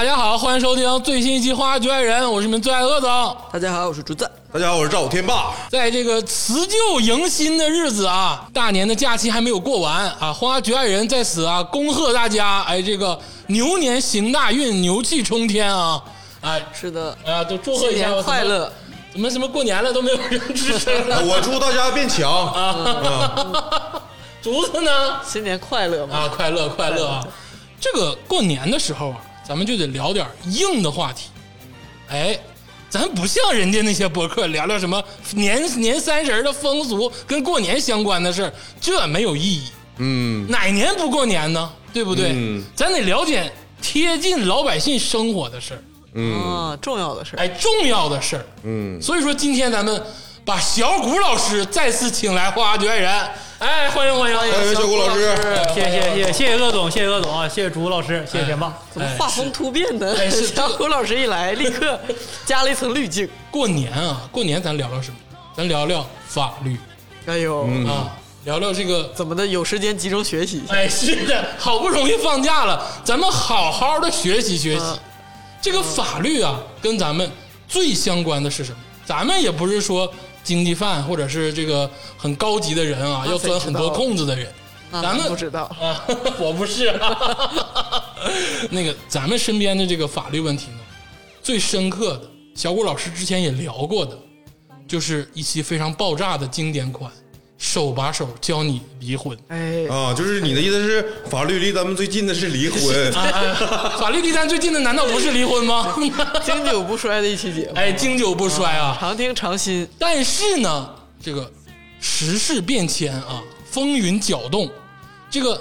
大家好，欢迎收听最新一期《花局爱人》，我是你们最爱鄂总。 大家好，我是竹子。 大家好，我是赵天霸。 在这个辞旧迎新的日子啊，大年的假期还没有过完啊，《花局爱人》在此啊，恭贺大家，哎，这个牛年行大运，牛气冲天啊！哎， 是的， 都祝贺一下， 新年快乐！ 怎么什么过年了都没有人吱声我祝大家变强啊！竹子呢？ 新年快乐嘛！ 快乐快乐啊！这个过年的时候啊，咱们就得聊点硬的话题。哎，咱不像人家那些博客聊聊什么年30的风俗跟过年相关的事儿，这没有意义。哪年不过年呢？对不对？咱得了解贴近老百姓生活的事儿。 重要的事儿。 哎，重要的事儿。所以说今天咱们把小谷老师再次请来花局爱人。哎，欢迎小谷老师， 谢谢鄂总，谢谢鄂总啊，谢谢竹老师，谢谢天霸。 怎么画风突变呢？ 是小谷老师一来，立刻加了一层滤镜。 过年啊，过年咱聊聊什么？咱聊聊法律。 哎呦聊聊这个怎么的，有时间集中学习一下。 哎，是的，好不容易放假了，咱们好好的学习学习。这个法律啊，跟咱们最相关的是什么？咱们也不是说经济犯或者是这个很高级的人啊，要钻很多空子的人。咱们不知道啊，我不是那个咱们身边的这个法律问题呢，最深刻的，小谷老师之前也聊过的，就是一期非常爆炸的经典款，手把手教你离婚。 就是你的意思是法律离咱们最近的是离婚法律离咱最近的难道不是离婚吗？ 经久不衰的一期节目。 哎，经久不衰啊， 常听常新。 但是呢，这个时事变迁啊，风云搅动，这个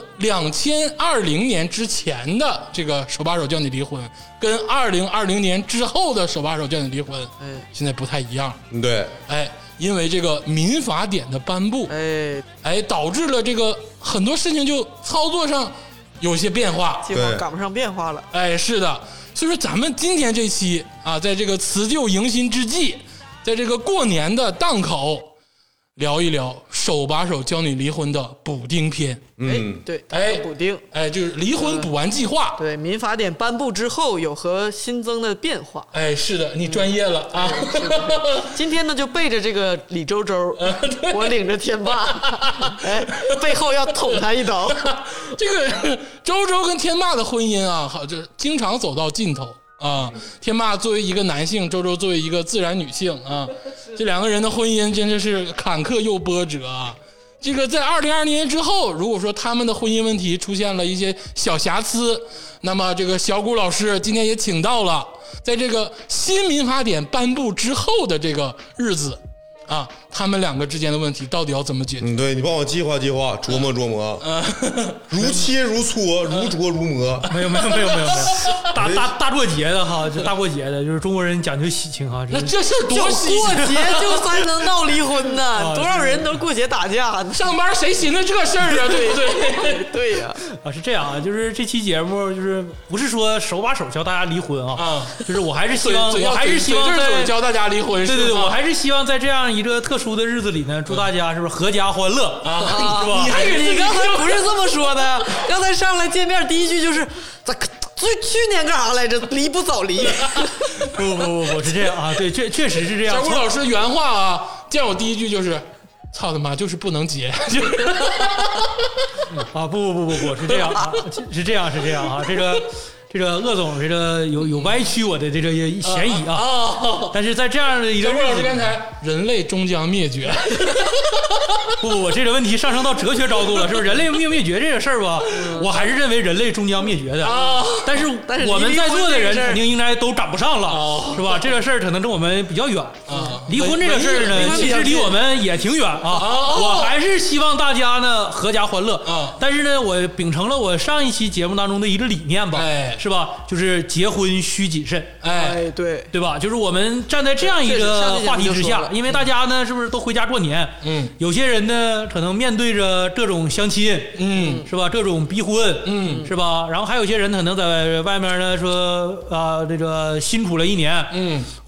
2020年之前的这个手把手教你离婚，跟2020年之后的手把手教你离婚，现在不太一样。 对， 因为这个民法典的颁布，导致了这个很多事情就操作上有些变化， 计划赶不上变化了。 是的，所以说咱们今天这期啊，在这个辞旧迎新之际，在这个过年的档口，聊一聊手把手教你离婚的补丁篇。 对，补丁， 就是离婚补完计划。 对，民法典颁布之后有何新增的变化？ 是的，你专业了啊！ 今天呢，就背着这个李周周，我领着天霸，背后要捅他一刀。 这个周周跟天霸的婚姻啊，好，就经常走到尽头啊。天霸作为一个男性，周周作为一个自然女性啊，这两个人的婚姻真的是坎坷又波折啊。这个在2020年之后，如果说他们的婚姻问题出现了一些小瑕疵，那么这个小谷老师今天也请到了，在这个新民法典颁布之后的这个日子啊，他们两个之间的问题到底要怎么解决？ 对，你帮我计划计划，琢磨琢磨，如切如磋，如琢如磨。 没有，大过节的哈，就大过节的，就是中国人讲究喜庆哈。 那这事多喜庆， 过节就才能闹离婚呢，多少人都过节打架， 上班谁寻思这事儿啊？对不对？ 对呀， 是这样啊，就是这期节目就是不是说手把手教大家离婚啊，就是我还是希望在教大家离婚。 对，我还是希望在这样一个特殊的日子里呢，祝大家是不是阖家欢乐啊？是吧？ 你刚才不是这么说的，刚才上来见面第一句就是去年干啥来着？离不早离。 不是这样啊，对，确实是这样。 小谷老师原话啊，见我第一句就是操他妈，就是不能结。 不是这样啊，是这样啊，这个鄂总这个有歪曲我的这个嫌疑啊，但是在这样的一个日子， 小谷老师刚才人类终将灭绝。 不，这个问题上升到哲学高度了，是不是？人类灭绝这个事儿吧，我还是认为人类终将灭绝的但是我们在座的人肯定应该都赶不上了，是吧？这个事儿可能离我们比较远离婚这个事儿呢，其实离我们也挺远我还是希望大家呢阖家欢乐但是呢，我秉承了我上一期节目当中的一个理念吧，是吧？就是结婚需谨慎， 对吧？就是我们站在这样一个话题之下，因为大家呢，是不是都回家过年？有些人呢，可能面对着这种相亲，是吧？这种逼婚，是吧？然后还有些人可能在外面呢说这个新处了1年，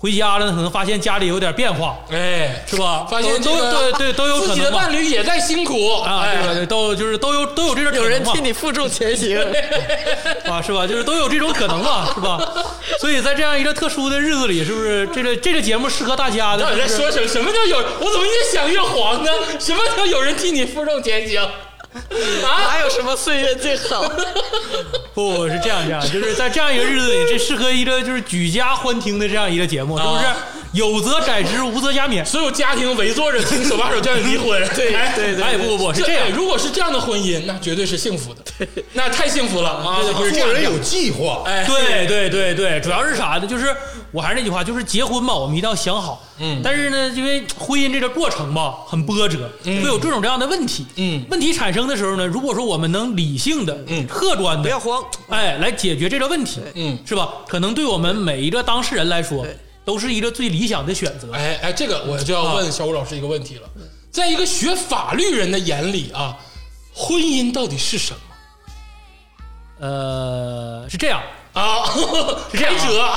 回家了，可能发现家里有点变化， 哎， 是吧？ 发现都有可能自己的伴侣也在辛苦啊，对，都有这种可能， 有人替你负重前行啊，是吧？就是都有这种可能嘛，是吧？所以在这样一个特殊的日子里，是不是这个节目适合大家的？ 到底在说什么叫有？我怎么越想越黄呢？什么叫有人替你负重前行？ 哪有什么岁月静好？ 不是这样，就是在这样一个日子里，这适合一个就是举家欢听的这样一个节目，是不是？有则改之，无则加勉。 所有家庭围坐着听手把手教你离婚， 对， 哎，不，是这样。 如果是这样的婚姻，那绝对是幸福的，那太幸福了啊！ 不是做人有计划， 哎， 对，主要是啥呢？就是我还是那句话，就是结婚嘛，我们一定要想好。但是呢，因为婚姻这个过程吧，很波折，会有这种这样的问题。问题产生的时候呢，如果说我们能理性的、客观的， 不要慌， 哎，来解决这个问题，是吧？可能对我们每一个当事人来说，都是一个最理想的选择。 哎，这个我就要问小武老师一个问题了，在一个学法律人的眼里啊，婚姻到底是什么？ 是这样啊，是这样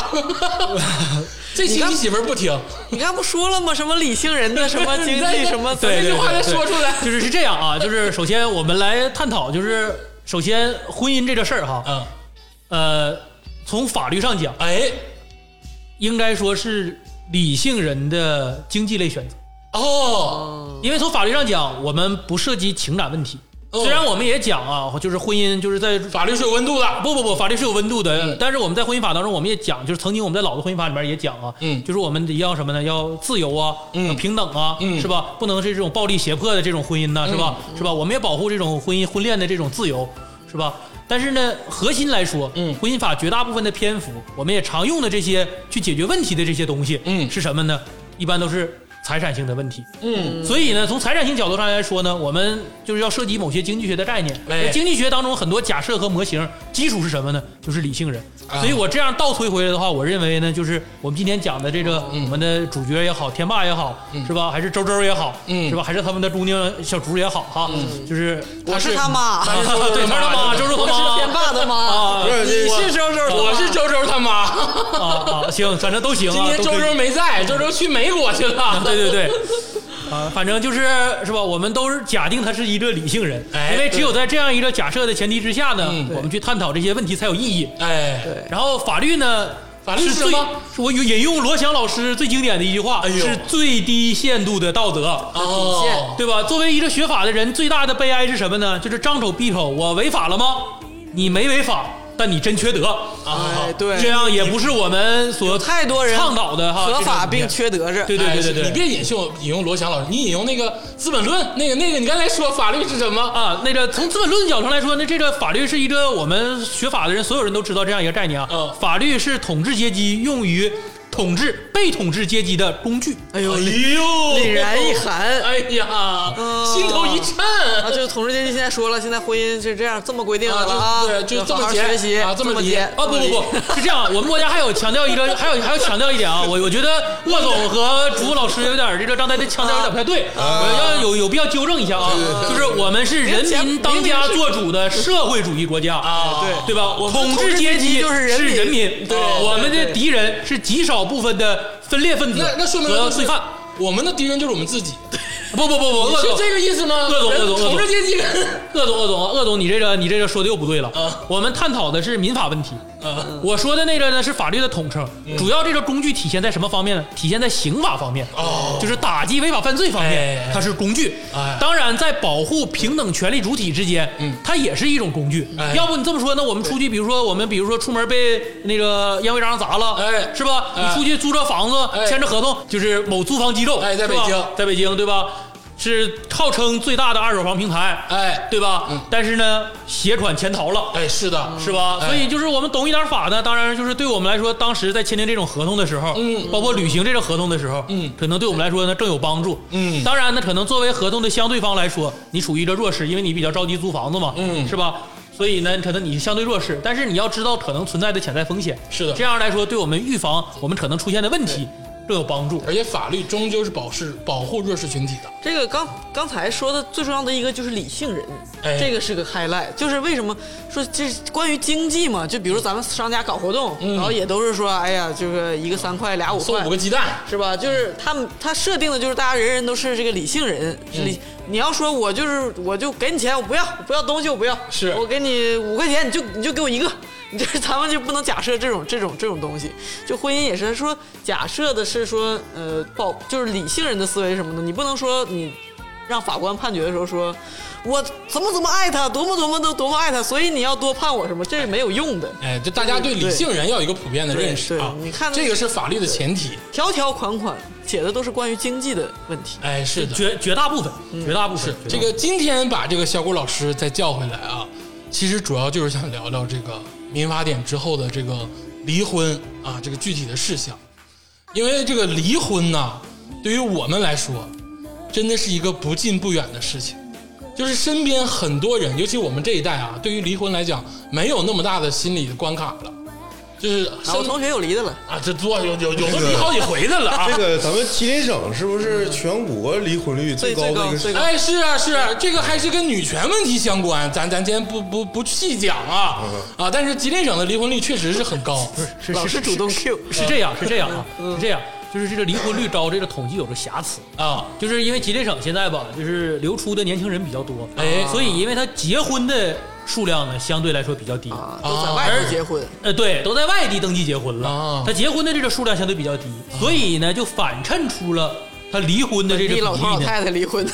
这期你媳妇儿不听， 你刚不说了吗？什么理性人的什么经济什么， 这句话再说出来， 就是这样啊。就是首先我们来探讨，就是首先婚姻这个事儿哈，从法律上讲， 哎， 应该说是理性人的经济类选择哦， 因为从法律上讲，我们不涉及情感问题。虽然我们也讲啊，就是婚姻就是在法律是有温度的， 不，法律是有温度的。但是我们在婚姻法当中，我们也讲，就是曾经我们在老的婚姻法里面也讲啊，就是我们要什么呢？要自由啊，平等啊，是吧？不能是这种暴力胁迫的这种婚姻呢，是吧？是吧？我们也保护这种婚恋的这种自由，是吧？但是呢，核心来说，婚姻法绝大部分的篇幅，我们也常用的这些去解决问题的这些东西，是什么呢？一般都是财产性的问题，所以呢，从财产性角度上来说呢，我们就是要涉及某些经济学的概念。经济学当中很多假设和模型基础是什么呢？就是理性人。所以我这样倒推回来的话，我认为呢，就是我们今天讲的这个我们的主角也好，天霸也好，是吧？还是周也好，是吧？还是他们的姑娘小竹也好，哈，就是我是他妈， 对，他妈，周他妈， 我是天霸的妈，你是周， 我是周他妈啊，行，反正都行啊。 今天周没在，周去美国去了。 对，反正就是吧，我们都是假定他是一个理性人，因为只有在这样一个假设的前提之下呢，我们去探讨这些问题才有意义。 哎， 然后法律呢，法律是什么？我引用罗翔老师最经典的一句话，是最低限度的道德， 底线， 对吧？作为一个学法的人，最大的悲哀是什么呢？就是张口闭口，我违法了吗？你没违法。但你真缺德哎，对， 这样也不是我们所太多人倡导的哈， 合法并缺德着。 对， 你别引用罗翔老师，你引用那个《资本论》，那个，你刚才说法律是什么啊？那个从《资本论》的角度上来说，那这个法律是一个我们学法的人所有人都知道这样一个概念啊。法律是统治阶级用于统治被统治阶级的工具。 哎呦，凛然一寒。 哎呀，心头一颤啊！就是统治阶级现在说了，现在婚姻是这样这么规定的了啊， 对，就这么学习啊，这么结啊！不，是这样。我们国家还有强调一个，还有强调一点啊。我觉得鄂总和朱老师有点这个刚才的强调有点不太对，我要有必要纠正一下啊。就是我们是人民当家作主的社会主义国家啊， 对吧？统治阶级就是人民， 对， 我们的敌人是极少部分的分裂分子那说明和罪犯。 我们的敌人就是我们自己。 不，鄂总是这个意思吗？ 鄂总， 统治阶级。 鄂总，你这个说的又不对了。我们探讨的是民法问题。我说的那个呢是法律的统称，主要这个工具体现在什么方面呢？体现在刑法方面，就是打击违法犯罪方面，它是工具。当然，在保护平等权利主体之间，它也是一种工具。要不你这么说，那我们出去，比如说出门被那个烟灰缸砸了，是吧？你出去租着房子，签着合同，就是某租房机构，在北京，对吧？是号称最大的二手房平台，对吧？但是呢，携款潜逃了， 是的， 是吧？所以就是我们懂一点法呢，当然就是对我们来说，当时在签订这种合同的时候，包括履行这个合同的时候，可能对我们来说呢更有帮助。当然呢，可能作为合同的相对方来说，你处于一个弱势，因为你比较着急租房子嘛，是吧？所以呢，可能你相对弱势，但是你要知道可能存在的潜在风险。 是的， 这样来说，对我们预防我们可能出现的问题， 更有帮助。 而且法律终究是保护弱势群体的。 这个刚才说的最重要的一个就是理性人， 哎这个是个 highlight。就是为什么说这是关于经济嘛？就比如咱们商家搞活动，然后也都是说，哎呀，就是一个3块俩5块， 送5个鸡蛋是吧？就是他设定的就是大家人人都是这个理性人，你要说我就给你钱，我不要东西，我不要， 是我给你5块钱，你就给我1个。你就是咱们就不能假设这种东西，就婚姻也是说假设的是说就是理性人的思维是什么呢？你不能说你让法官判决的时候说我怎么爱他，多么爱他，所以你要多判我什么，这是没有用的。 哎，就大家对理性人要有一个普遍的认识啊。 你看这个是法律的前提， 条条款款写的都是关于经济的问题。 哎，是的， 绝大部分是这个。今天把这个小谷老师再叫回来啊，其实主要就是想聊聊这个民法典之后的这个离婚啊，这个具体的事项。因为这个离婚呢，对于我们来说，真的是一个不近不远的事情。就是身边很多人，尤其我们这一代啊，对于离婚来讲，没有那么大的心理的关卡了。就是我同学有离的了啊，这多有的离好几回的了啊。 这个咱们吉林省是不是全国离婚率最高的一个省？ 哎，是啊，这个还是跟女权问题相关，咱今天不细讲啊啊！但是吉林省的离婚率确实是很高， 老是主动 Q， 是这样啊，是这样。就是这个离婚率高，这个统计有着瑕疵啊， 就是因为吉林省现在吧，就是流出的年轻人比较多，所以因为他结婚的数量呢相对来说比较低， 都在外地结婚， 对，都在外地登记结婚了，他结婚的这个数量相对比较低，所以呢就反衬出了他离婚的这个比例呢， 老头老太太离婚，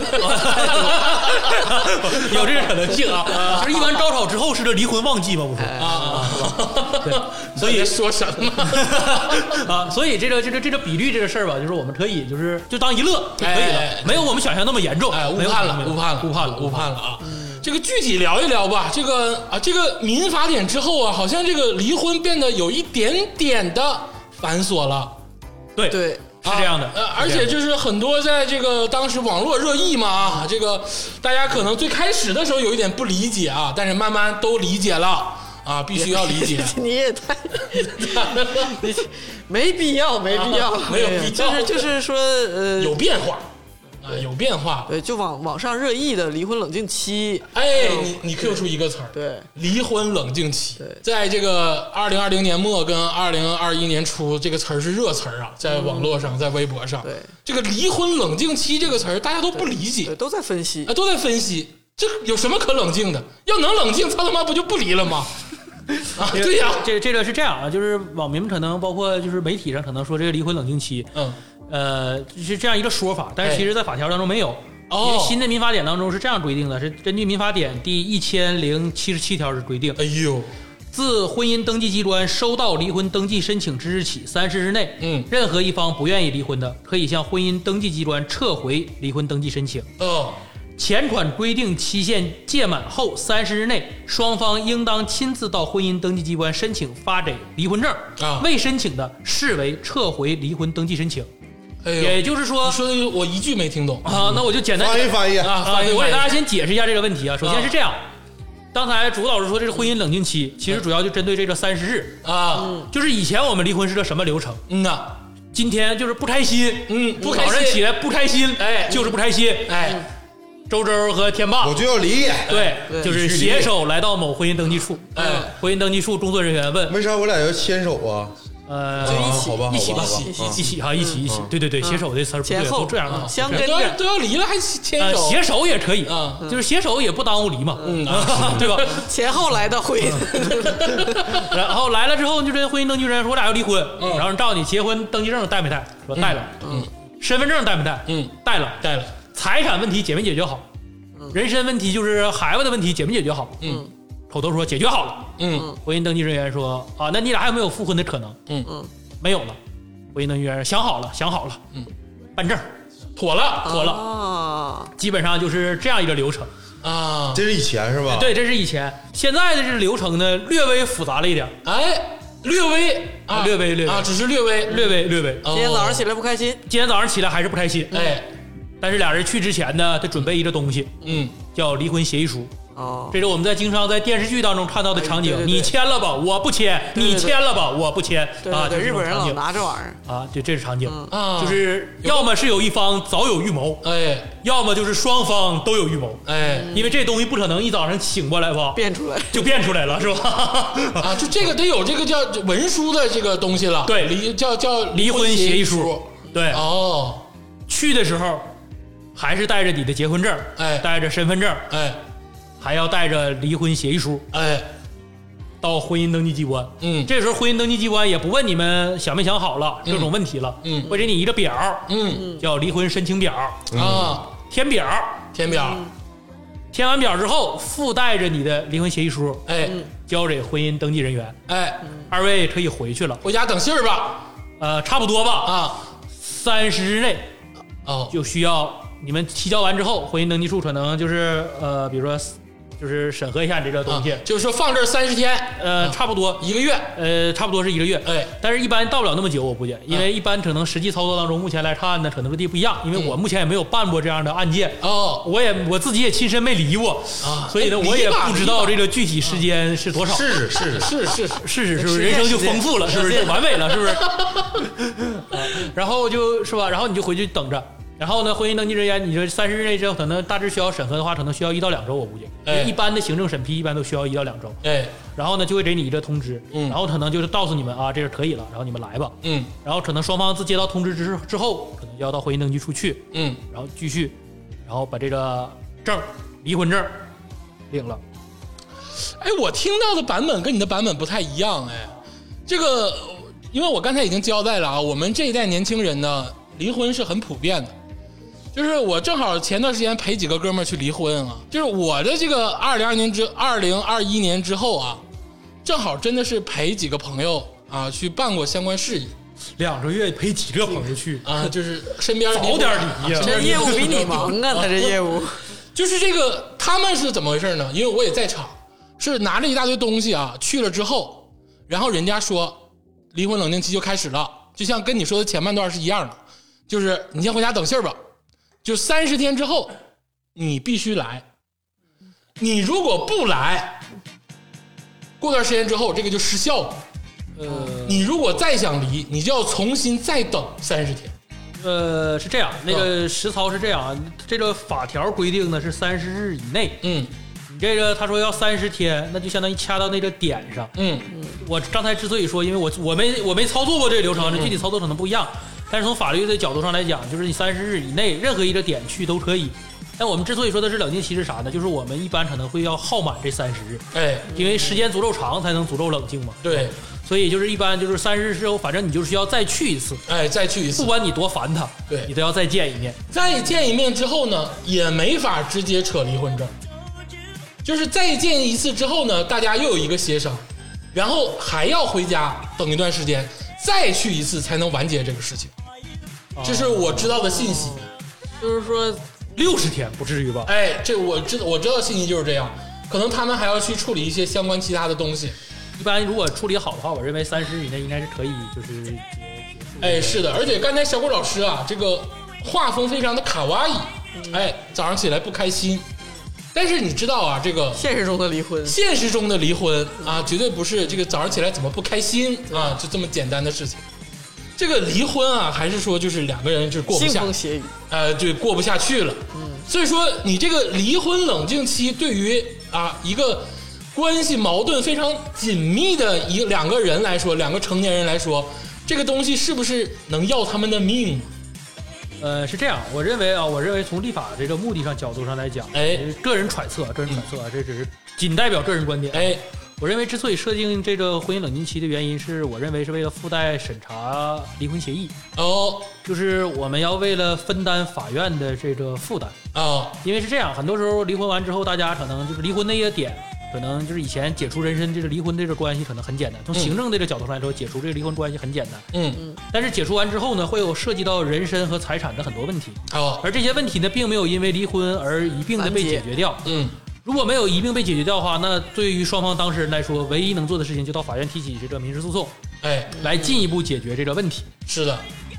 有这个可能性啊，就是一般招吵之后是这离婚旺季嘛，不是啊， 对，所以说什么啊？所以这个比率这个事儿吧，就是我们可以就当一乐就可以了，没有我们想象那么严重， 哎，误判了啊！这个具体聊一聊吧。这个民法典之后啊，好像这个离婚变得有一点点的繁琐了， 对。是这样的， 而且就是很多在这个当时网络热议嘛，这个大家可能最开始的时候有一点不理解啊，但是慢慢都理解了啊，必须要理解。 你也太没必要，没有必要，就是说有变化。有变化， 对，就网上热议的离婚冷静期， 哎，你 Q 出一个词儿， 对， 离婚冷静期， 对， 在这个2020年末跟2021年初，这个词儿是热词儿啊，在网络上，在微博上， 对， 这个离婚冷静期这个词儿，大家都不理解， 对，都在分析， 都在分析，这有什么可冷静的？要能冷静，他妈不就不离了吗？啊，对呀， 这个是这样啊，就是网民可能包括就是媒体上可能说这个离婚冷静期，是这样一个说法，但是其实在法条当中没有，因为新的民法典当中是这样规定的，是根据民法典第1077条是规定， 哎呦， 自婚姻登记机关收到离婚登记申请之日起30日内，任何一方不愿意离婚的，可以向婚姻登记机关撤回离婚登记申请。前款规定期限届满后30日内，双方应当亲自到婚姻登记机关申请发给离婚证，未申请的视为撤回离婚登记申请。也就是说， 你说的我一句没听懂啊，那我就简单翻译啊，我给大家先解释一下这个问题啊。首先是这样，刚才朱老师说这是婚姻冷静期，其实主要就针对这个30日啊，就是以前我们离婚是个什么流程？今天就是不开心， 不开心， 早上起来不开心，哎，就是不开心，哎。周和天霸， 我就要离， 对，就是携手来到某婚姻登记处，婚姻登记处工作人员问， 为啥我俩要牵手啊？ 就一起， 好吧， 一起，对，携手这词儿不对，都这样啊， 相跟都要离了还牵手， 携手也可以啊，就是携手也不耽误离嘛，对吧？ 前后来到婚姻， 然后来了之后，就这婚姻登记人员说我俩要离婚，然后照你结婚登记证带没带？说带了，身份证带没带？带了。财产问题解没解决好？人身问题就是孩子的问题解没解决好？口头说解决好了。婚姻登记人员说啊，那你俩还有没有复婚的可能？没有了。婚姻登记人员想好了。办证，妥了。基本上就是这样一个流程啊。这是以前是吧？ 对，这是以前。现在的这个流程呢，略微复杂了一点。 哎，略微啊，只是略微。 今天早上起来不开心， 今天早上起来还是不开心。哎。但是俩人去之前呢，得准备一个东西，叫离婚协议书哦， 这是我们经常在电视剧当中看到的场景。 对对对你签了吧，我不签； 对对对你签了吧，我不签。啊， 对， 就是日本人老这种场景拿这玩意儿。 啊，对，这是场景啊就是要么是有一方早有预谋， 哎要么就是双方都有预谋。 哎因为这东西不可能一早上醒过来吧， 变出来就变出来了，是吧？ 啊，就这个得有这个叫文书的这个东西了， 对叫离婚协议书书。对， 哦， 去的时候还是带着你的结婚证， 哎带着身份证， 哎还要带着离婚协议书哎， 到婚姻登记机关。 嗯这时候婚姻登记机关也不问你们想没想好了各种问题了，会给你一个表，叫离婚申请表， 啊， 填表， 填表， 填完表之后附带着你的离婚协议书， 哎交给婚姻登记人员， 哎， 二位可以回去了。 回家等信儿吧， 差不多吧， 啊， 30日内哦， 就需要你们提交完之后，婚姻登记处可能就是比如说就是审核一下你这个东西， 就是说放这儿30天， 差不多 1个月， 差不多是1个月， 哎， 但是一般到不了那么久，我估计，因为一般可能实际操作当中，目前来看呢，可能各地不一样，因为我目前也没有办过这样的案件， 哦我自己也亲身没离过啊所以呢， 哎我也离吧不知道这个具体时间是多少。 是是不是人生就丰富了，是不是就完美了，是不是？然后就是吧，然后你就回去等着。然后呢，婚姻登记人员，你这30日内之后，可能大致需要审核的话，可能需要1到2周，我估计。 哎因为一般的行政审批一般都需要1到2周。 哎， 然后呢，就会给你一个通知，然后可能就是告诉你们啊，这是可以了，然后你们来吧。然后可能双方自接到通知之后，可能就要到婚姻登记处去，然后继续，然后把这个离婚证领了。 哎，我听到的版本跟你的版本不太一样，哎，这个因为我刚才已经交代了啊，我们这一代年轻人呢，离婚是很普遍的。就是我正好前段时间陪几个哥们儿去离婚啊，就是我的这个2021年之后啊，正好真的是陪几个朋友啊去办过相关事宜 2个月陪几个朋友去啊，就是身边早点离呀， 这业务比你忙啊，他这业务。 就是这个他们是怎么回事呢？因为我也在场，是拿着一大堆东西啊去了之后，然后人家说离婚冷静期就开始了，就像跟你说的前半段是一样的，就是你先回家等信儿吧。就30天之后，你必须来。你如果不来，过段时间之后，这个就失效了。你如果再想离，你就要重新再等30天。 是这样，那个实操是这样，这个法条规定的是30日以内。你这个他说要30天，那就相当于掐到那个点上。我刚才之所以说，因为我没操作过这个流程，这具体操作可能不一样。但是从法律的角度上来讲，就是你30日以内任何一个点去都可以。但我们之所以说的是冷静期是啥呢？就是我们一般可能会要耗满这30日， 哎， 因为时间足够长才能足够冷静嘛。 对， 所以就是一般就是30日之后，反正你就需要再去一次， 哎，再去一次， 不管你多烦他， 对你都要再见一面。 再见一面之后呢，也没法直接扯离婚证，就是再见一次之后呢，大家又有一个协商，然后还要回家等一段时间，再去一次才能完结这个事情。这是我知道的信息， 就是说 60天不至于吧？ 哎，这我知道信息就是这样，可能他们还要去处理一些相关其他的东西。 一般如果处理好的话，我认为30日以内应该是可以，就是哎，是的，而且刚才小郭老师啊，这个画风非常的卡哇伊，哎，早上起来不开心，但是你知道啊，这个现实中的离婚啊，绝对不是这个早上起来怎么不开心啊，就这么简单的事情。这个离婚啊，还是说就是两个人就是过不下， 腥风血雨， 对，过不下去了。所以说你这个离婚冷静期对于一个关系矛盾非常紧密的两个人来说，两个成年人来说，这个东西是不是能要他们的命？ 是这样，我认为从立法这个目的上角度上来讲，个人揣测，这只是仅代表个人观点。我认为之所以设定这个婚姻冷静期的原因是，我认为是为了附带审查离婚协议。就是我们要为了分担法院的这个负担。因为是这样，很多时候离婚完之后，大家可能就是离婚那些点，可能就是以前解除人身这个离婚这个关系可能很简单，从行政这个角度上来说，解除这个离婚关系很简单。但是解除完之后呢，会有涉及到人身和财产的很多问题。而这些问题呢，并没有因为离婚而一并的被解决掉。如果没有一并被解决掉的话，那对于双方当事人来说，唯一能做的事情就到法院提起这个民事诉讼，来进一步解决这个问题。 是的。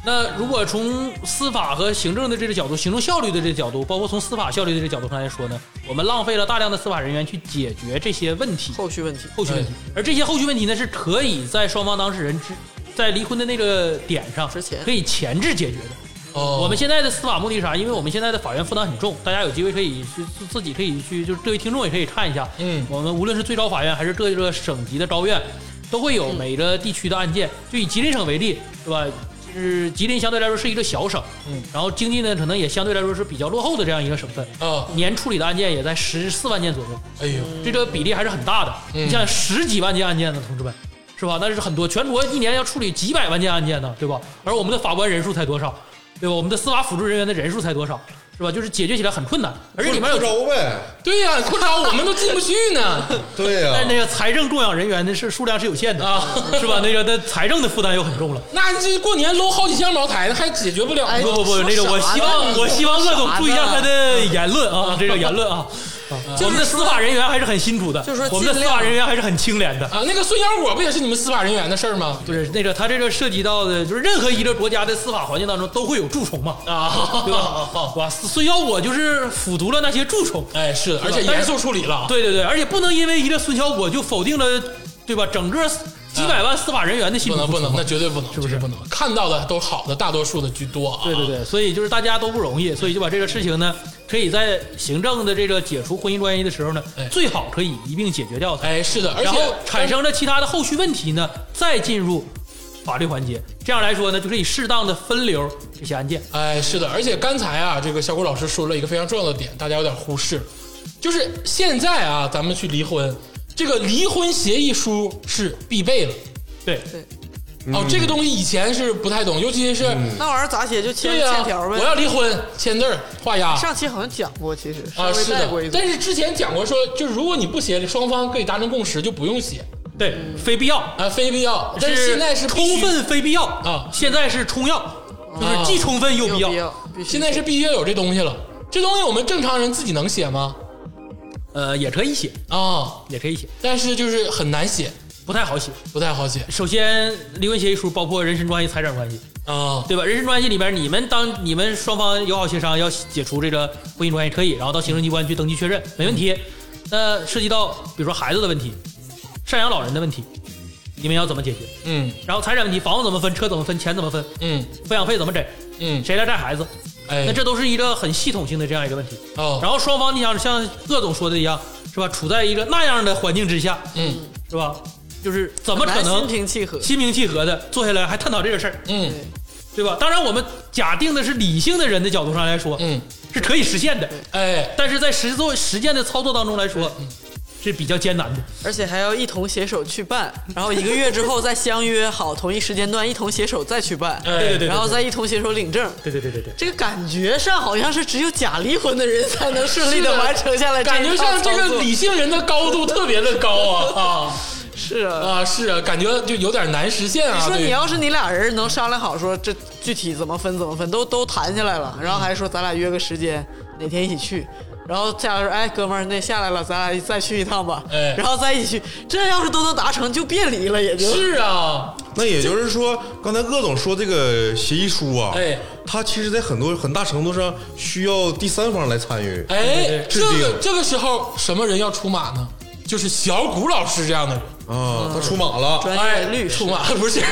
那如果从司法和行政的这个角度，行政效率的这个角度，包括从司法效率的这个角度上来说呢，我们浪费了大量的司法人员去解决这些问题， 后续问题， 而这些后续问题呢，是可以在双方当事人在离婚的那个点上之前可以前置解决的。我们现在的司法目的是啥？因为我们现在的法院负担很重，大家有机会可以去自己可以去，就是各位听众也可以看一下。我们无论是最高法院还是各个省级的高院，都会有每个地区的案件。就以吉林省为例，对吧？就是吉林相对来说是一个小省，然后经济呢可能也相对来说是比较落后的这样一个省份，年处理的案件也在14万件左右。 哎呦， 这个比例还是很大的。你像10几万件案件呢，同志们，是吧？那是很多，全国一年要处理几百万件案件呢，对吧？而我们的法官人数才多少，对吧？我们的司法辅助人员的人数才多少，是吧？就是解决起来很困难，而且里面有招呗。 对呀，扩招我们都进不去呢。 对呀， 但是那个财政供养人员的数量是有限的啊，是吧？那个的财政的负担又很重了。 那这过年搂好几箱茅台，还解决不了。 不，那个我希望鄂总注意一下他的言论啊，这个言论啊。我们的司法人员还是很辛苦的， 就是说我们的司法人员还是很清廉的啊。那个孙小果不也是你们司法人员的事儿吗？ 不是，那个他这个涉及到的就是任何一个国家的司法环境当中都会有蛀虫嘛，对吧？孙小果就是腐读了那些蛀虫， 哎，是，而且严肃处理了。 对，而且不能因为一个孙小果就否定了，对吧？整个几百万司法人员的辛苦， 不能，那绝对不能， 是不是？ 不能看到的都好的，大多数的居多啊。 对，所以就是大家都不容易，所以就把这个事情呢，可以在行政的这个解除婚姻关系的时候呢，最好可以一并解决掉它。 哎，是的，而且然后产生了其他的后续问题呢，再进入法律环节，这样来说呢，就可以适当的分流这些案件。 哎，是的，而且刚才啊，这个小谷老师说了一个非常重要的点，大家有点忽视，就是现在啊，咱们去离婚。这个离婚协议书是必备了， 对， 这个东西以前是不太懂，尤其是那玩意儿咋写就签条呗。 我要离婚，签字画押。 上期好像讲过，其实是的，但是之前讲过说，就如果你不写，双方可以达成共识，就不用写。 对，非必要啊，非必要。但是现在是充分非必要啊，现在是充要，就是既充分又必要。 现在是必须要有这东西了。这东西我们正常人自己能写吗？ 也可以写也可以写， 但是就是很难写， 不太好写。首先，离婚协议书包括人身关系、财产关系对吧？人身关系里面，你们双方友好协商要解除这个婚姻关系可以，然后到行政机关去登记确认，没问题。那涉及到比如说孩子的问题、赡养老人的问题，你们要怎么解决？然后财产问题，房子怎么分，车怎么分，钱怎么分？抚养费怎么给？谁来带孩子？那这都是一个很系统性的这样一个问题。然后双方你想像鄂总说的一样，是吧？处在一个那样的环境之下，是吧？就是怎么可能心平气和的坐下来还探讨这个事儿？对吧？当然，我们假定的是理性的人的角度上来说，是可以实现的。但是在实践的操作当中来说，是比较艰难的， 而且还要一同携手去办，然后1个月之后再相约好同一时间段，一同携手再去办， 对， 然后再一同携手领证， 对， 这个感觉上好像是只有假离婚的人才能顺利的完成下来， 感觉上这个理性人的高度特别的高啊。 是啊， 感觉就有点难实现啊。 你说你要是你俩人能商量好，说这具体怎么分都谈下来了，然后还说咱俩约个时间，哪天一起去。然后下来说，哎，哥们儿，那下来了，咱俩再去一趟吧。然后再一起去，这要是都能达成，就别离了，也就。 是啊， 那也就是说，刚才鄂总说这个协议书啊，它其实在很大程度上需要第三方来参与。 这个时候什么人要出马呢？就是小谷老师这样的人啊，他出马了， 专业律师出马不是？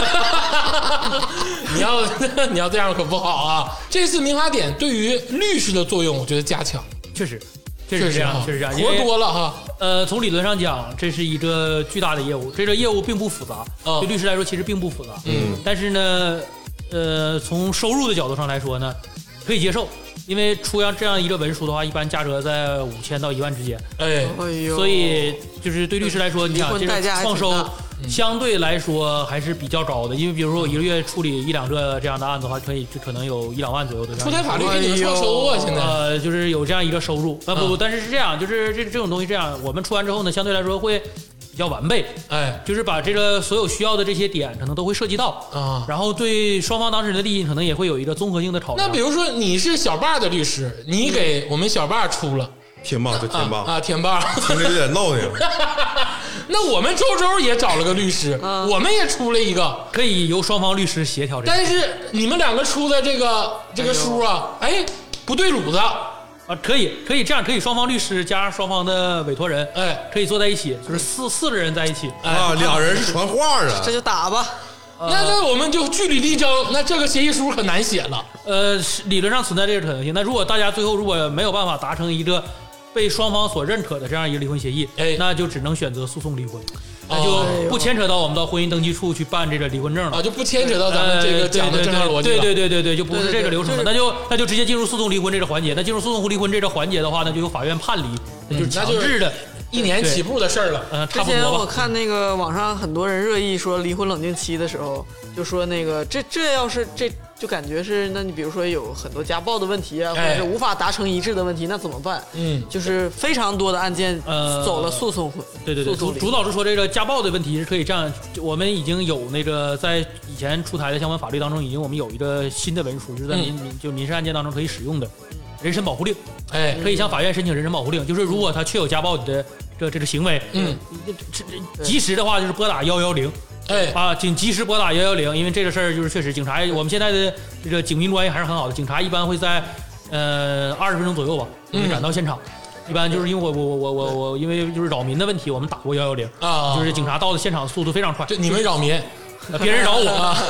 你要这样可不好啊！这次民法典对于律师的作用，我觉得加强。 确实这样， 活多了哈。 从理论上讲，这是一个巨大的业务，这个业务并不复杂，对律师来说其实并不复杂。但是呢，从收入的角度上来说呢，可以接受，因为出这样一个文书的话，一般价格在5000到1万之间。所以就是对律师来说，你想这个创收相对来说还是比较高的，因为比如说我一个月处理1-2个这样的案子的话，可能有1-2万左右的出台法律给你们创收啊！现在就是有这样一个收入但是这样，就是这种东西这样，我们出完之后呢，相对来说会比较完备，就是把这个所有需要的这些点可能都会涉及到然后对双方当事人的利益可能也会有一个综合性的考量。 那比如说你是小爸的律师，你给我们小爸出了， 天霸叫天霸啊，天霸听着有点闹挺。 那我们周周也找了个律师，我们也出了一个， 可以由双方律师协调。 但是你们两个出的这个书啊，哎，不对路子啊， 可以这样，可以双方律师加上双方的委托人， 哎， 可以坐在一起，就是四个人在一起啊，俩人是传话啊， 这就打吧。 那我们就据理力争，那这个协议书可难写了。 理论上存在这个可能性。那如果大家最后如果没有办法达成一个被双方所认可的这样一个离婚协议，那就只能选择诉讼离婚，那就不牵扯到我们到婚姻登记处去办这个离婚证了啊，就不牵扯到咱们这个讲的正常逻辑了。 对，就不是这个流程了，那就直接进入诉讼离婚这个环节。那进入诉讼离婚这个环节的话，那就由法院判离，那就是强制的。 1年起步的事儿了， 差不多。之前我看那个网上很多人热议说离婚冷静期的时候，就说那个这要是这就感觉是，那你比如说有很多家暴的问题啊，或者是无法达成一致的问题，那怎么办？就是非常多的案件走了诉讼。 对，主导是说这个家暴的问题是可以这样，我们已经有那个在以前出台的相关法律当中，我们有一个新的文书，就是在民事案件当中可以使用的人身保护令，可以向法院申请人身保护令，就是如果他确有家暴的这个行为，及时的话就是拨打110，请及时拨打110，因为这个事儿就是确实警察，我们现在的这个警民关系还是很好的，警察一般会在20分钟左右吧，赶到现场。一般就是因为我因为就是扰民的问题，我们打过110啊，就是警察到的现场速度非常快。 就你们扰民， 别人扰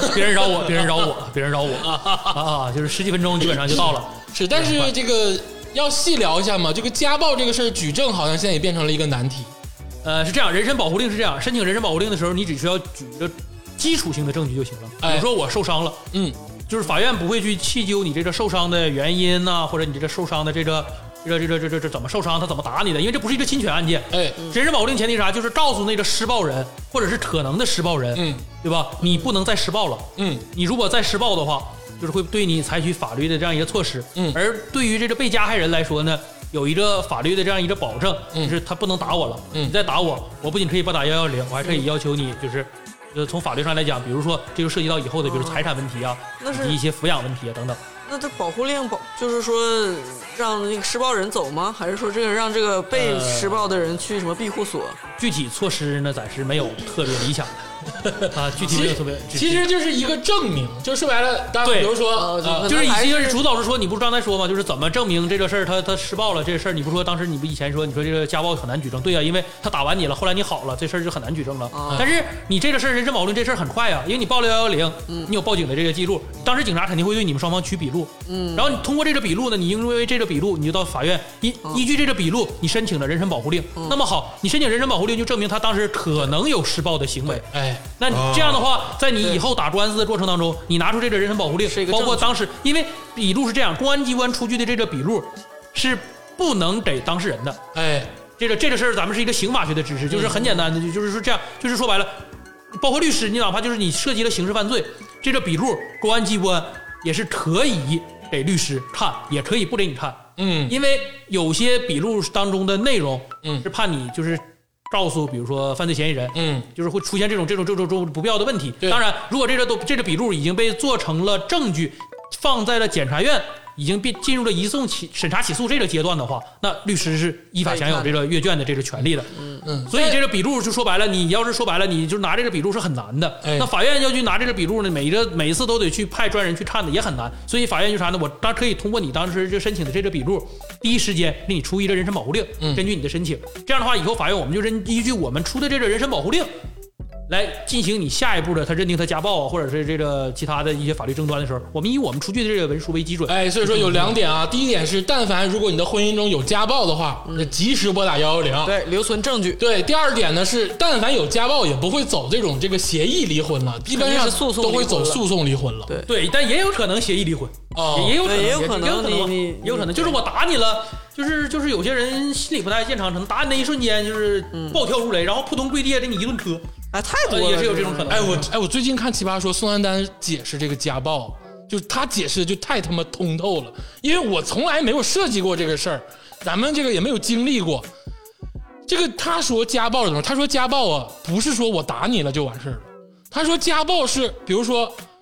我，就是10几分钟基本上就到了。 是，但是这个要细聊一下嘛，这个家暴这个事儿举证好像现在也变成了一个难题。 是这样，人身保护令是这样，申请人身保护令的时候，你只需要举一个基础性的证据就行了。比如说我受伤了，就是法院不会去细究你这个受伤的原因呐，或者你这个受伤的这怎么受伤，他怎么打你的，因为这不是一个侵权案件。人身保护令前提是啥？就是告诉那个施暴人或者是可能的施暴人，对吧？你不能再施暴了，你如果再施暴的话，就是会对你采取法律的这样一个措施。而对于这个被加害人来说呢，有一个法律的这样一个保证，就是他不能打我了。你再打我不仅可以拨打110，我还可以要求你就是从法律上来讲，比如说这就涉及到以后的比如财产问题啊，以及一些抚养问题啊等等。 那这保护令就是说让那个施暴人走吗？还是说这个让这个被施暴的人去什么庇护所？ 具体措施呢，暂时没有特别理想的。具体没有特别， 其实就是一个证明，就说白了，比如说， 就是已经是主导是说，你不是刚才说吗？就是怎么证明这个事儿他施暴了这个事儿，你不说当时你不以前说你说这个家暴很难举证，对呀，因为他打完你了，后来你好了，这事儿就很难举证了。但是你这个事儿人身保护令这事儿很快呀，因为你报了110，你有报警的这个记录，当时警察肯定会对你们双方取笔录，然后你通过这个笔录呢，你因为这个笔录你就到法院依据这个笔录你申请了人身保护令，那么好，你申请人身保护令就证明他当时可能有施暴的行为，那这样的话，在你以后打官司的过程当中，你拿出这个人身保护令，包括当时，因为笔录是这样，公安机关出具的这个笔录是不能给当事人的。这个事儿咱们是一个刑法学的知识，就是很简单的，就是说这样，就是说白了，包括律师，你哪怕就是你涉及了刑事犯罪，这个笔录公安机关也是可以给律师看，也可以不给你看。因为有些笔录当中的内容，是怕你就是告诉比如说犯罪嫌疑人，就是会出现这种不必要的问题。当然，如果这个笔录已经被做成了证据，放在了检察院，已经进入了移送审查起诉这个阶段的话，那律师是依法享有这个阅卷的这个权利的。所以这个笔录就说白了，你要是说白了，你就拿这个笔录是很难的。那法院要去拿这个笔录呢，每一次都得去派专人去看的，也很难。所以法院就啥呢？我当可以通过你当时就申请的这个笔录，第一时间给你出一个人身保护令，根据你的申请，这样的话以后法院我们就依据我们出的这个人身保护令来进行你下一步的他认定他家暴啊，或者是这个其他的一些法律争端的时候，我们以我们出具的这个文书为基准。 所以说有2点啊，第一点是，但凡如果你的婚姻中有家暴的话，及时拨打110， 对，留存证据。 对，第二点呢是，但凡有家暴也不会走这个协议离婚了，一般上都会走诉讼离婚了。 对，但也有可能协议离婚，也有可能，就是我打你了。就是有些人心理不太健康，可能打你的一瞬间就是暴跳如雷，然后扑通跪地下给你一顿磕， 太多了， 也是有这种可能。 我最近看奇葩说，宋丹丹解释这个家暴，就是他解释的就太他妈通透了，因为我从来没有涉及过这个事儿，咱们这个也没有经历过。这个他说家暴是什么？他说家暴啊，不是说我打你了就完事儿了，他说家暴是比如说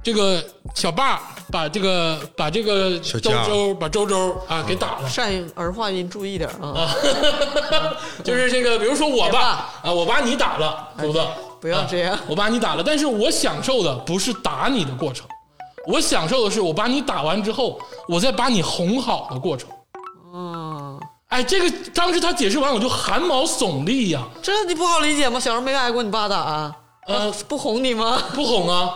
这个小爸把这个周周啊给打了。 善儿化音，注意点啊！ 就是这个，比如说我把你打了，犊子， 不要这样， 我把你打了，但是我享受的不是打你的过程，我享受的是我把你打完之后，我再把你哄好的过程。哎，这个当时他解释完，我就汗毛耸立呀。 这你不好理解吗？小时候没挨过你爸打啊？不哄你吗？ 不哄啊！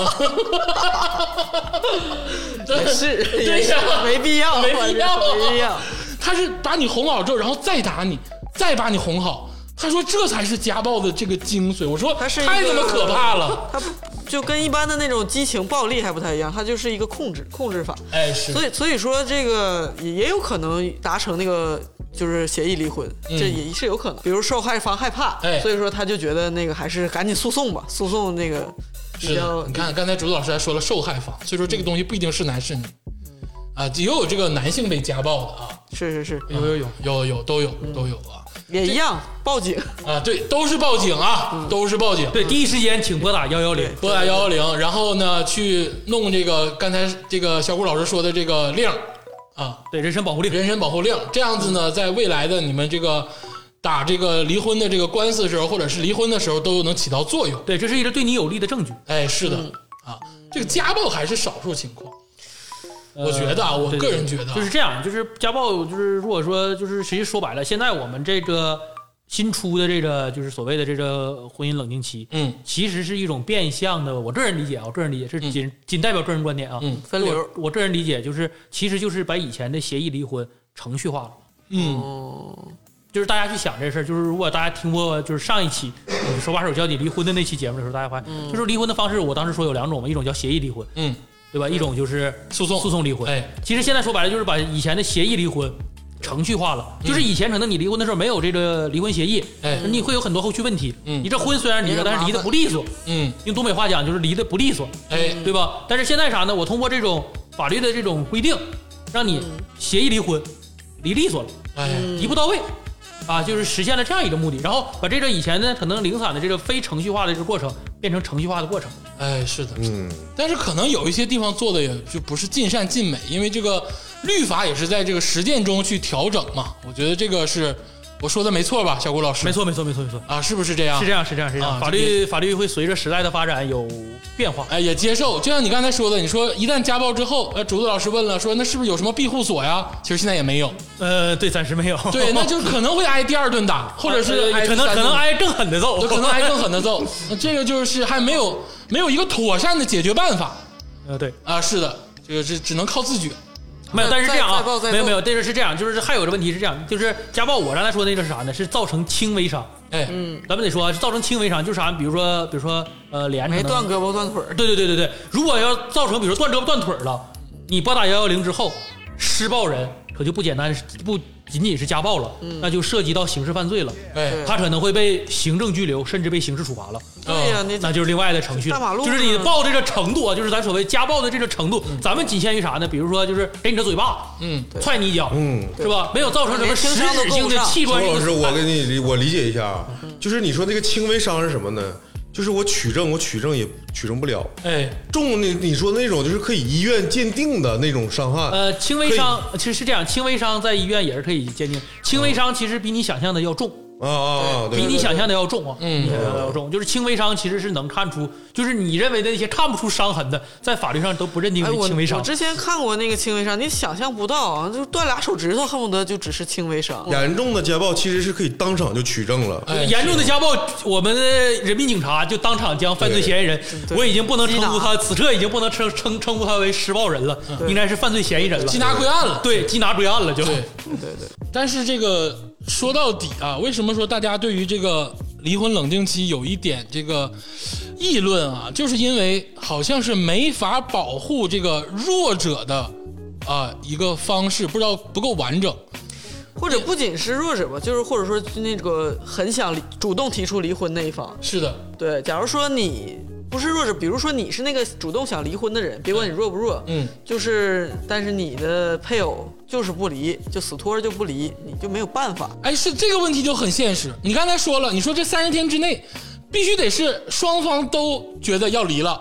也是， 对呀， 没必要， 没必要。 他是把你哄好之后，然后再打你，再把你哄好。他说这才是家暴的这个精髓。我说太他妈可怕了。 他就跟一般的那种激情暴力还不太一样，它就是一个控制法。 哎，是。 所以说这个也有可能达成那个就是协议离婚，这也是有可能。比如受害方害怕，所以说他就觉得那个还是赶紧诉讼吧，诉讼那个比较。 你看刚才竹子老师还说了受害方，所以说这个东西不一定是男是女。啊，也有这个男性被家暴的啊， 是， 有都有啊， 也一样报警啊，对，都是报警啊，都是报警， 对，第一时间请拨打110， 拨打110，然后呢去弄这个刚才这个小谷老师说的这个令啊， 对，人身保护令， 这样子呢，在未来的你们这个打这个离婚的这个官司的时候，或者是离婚的时候，都能起到作用。 对，这是一个对你有利的证据。 哎，是的啊，这个家暴还是少数情况。我觉得啊，我个人觉得就是这样，就是家暴，就是如果说就是其实说白了，现在我们这个新出的这个就是所谓的这个婚姻冷静期，其实是一种变相的，我个人理解是仅代表个人观点啊， 分流。 我个人理解就是其实就是把以前的协议离婚程序化了，就是大家去想这事儿，就是如果大家听过就是上一期手把手教你离婚的那期节目的时候，大家发现就是离婚的方式，我当时说有2种嘛，一种叫协议离婚，对吧？一种就是诉讼离婚。哎，其实现在说白了就是把以前的协议离婚程序化了，就是以前可能你离婚的时候没有这个离婚协议，你会有很多后续问题。你这婚虽然离了，但是离得不利索。用东北话讲就是离得不利索，对吧？但是现在啥呢？我通过这种法律的这种规定，让你协议离婚，离利索了，一步到位。啊，就是实现了这样一个目的，然后把这个以前呢可能零散的这个非程序化的这个过程变成程序化的过程。 哎，是的，但是可能有一些地方做的也就不是尽善尽美，因为这个律法也是在这个实践中去调整嘛。我觉得这个是我说的没错吧，小谷老师？ 没错啊，是不是这样？ 是这样。法律会随着时代的发展有变化， 哎，也接受。就像你刚才说的，你说一旦家暴之后，竹子老师问了，说那是不是有什么庇护所呀？其实现在也没有。 对，暂时没有。 对，那就可能会挨第2顿打，或者是可能挨更狠的揍， 可能挨更狠的揍。这个就是还没有一个妥善的解决办法。 对啊，是的，这个是只能靠自觉。 没有，但是这样啊，没有，这是这样，就是还有个问题是这样，就是家暴，我刚才说的那个是啥呢？是造成轻微伤。哎，咱们得说，造成轻微伤就是啥？比如说，连着没断胳膊断腿。 对，如果要造成比如说断胳膊断腿了，你拨打110之后，施暴人可就不简单，不仅仅是家暴了，那就涉及到刑事犯罪了。他可能会被行政拘留，甚至被刑事处罚了。 对呀， 那就是另外的程序了。就是你暴这个程度啊，就是咱所谓家暴的这个程度，咱们仅限于啥呢？比如说就是给你个嘴巴，踹你一脚，是吧？没有造成什么实质性的器官。 老师，我理解一下啊，就是你说那个轻微伤是什么呢？就是我取证也取证不了。哎，重你说的那种就是可以医院鉴定的那种伤害。 轻微伤其实是这样，轻微伤在医院也是可以鉴定，轻微伤其实比你想象的要重。比你想象的要重啊，比你想象的要重，就是轻微伤其实是能看出，就是你认为的那些看不出伤痕的，在法律上都不认定为轻微伤。 我之前看过那个轻微伤，你想象不到啊，就断2手指头，恨不得就只是轻微伤。 严重的家暴其实是可以当场就取证了。 严重的家暴，我们的人民警察就当场将犯罪嫌疑人，我已经不能称呼他，此刻已经不能称呼他为施暴人了，应该是犯罪嫌疑人了， 缉拿归案了。 对，缉拿归案了就。 对。 但是这个说到底啊，为什么说大家对于这个离婚冷静期有一点这个议论啊，就是因为好像是没法保护这个弱者的一个方式，不知道不够完整， 或者不仅是弱者吧，就是或者说那个很想主动提出离婚那一方。 是的， 对，假如说你不是弱者，比如说你是那个主动想离婚的人，别管你弱不弱，就是但是你的配偶就是不离，就死拖着就不离，你就没有办法。 哎，是这个问题就很现实。你刚才说了，你说这30天之内必须得是双方都觉得要离了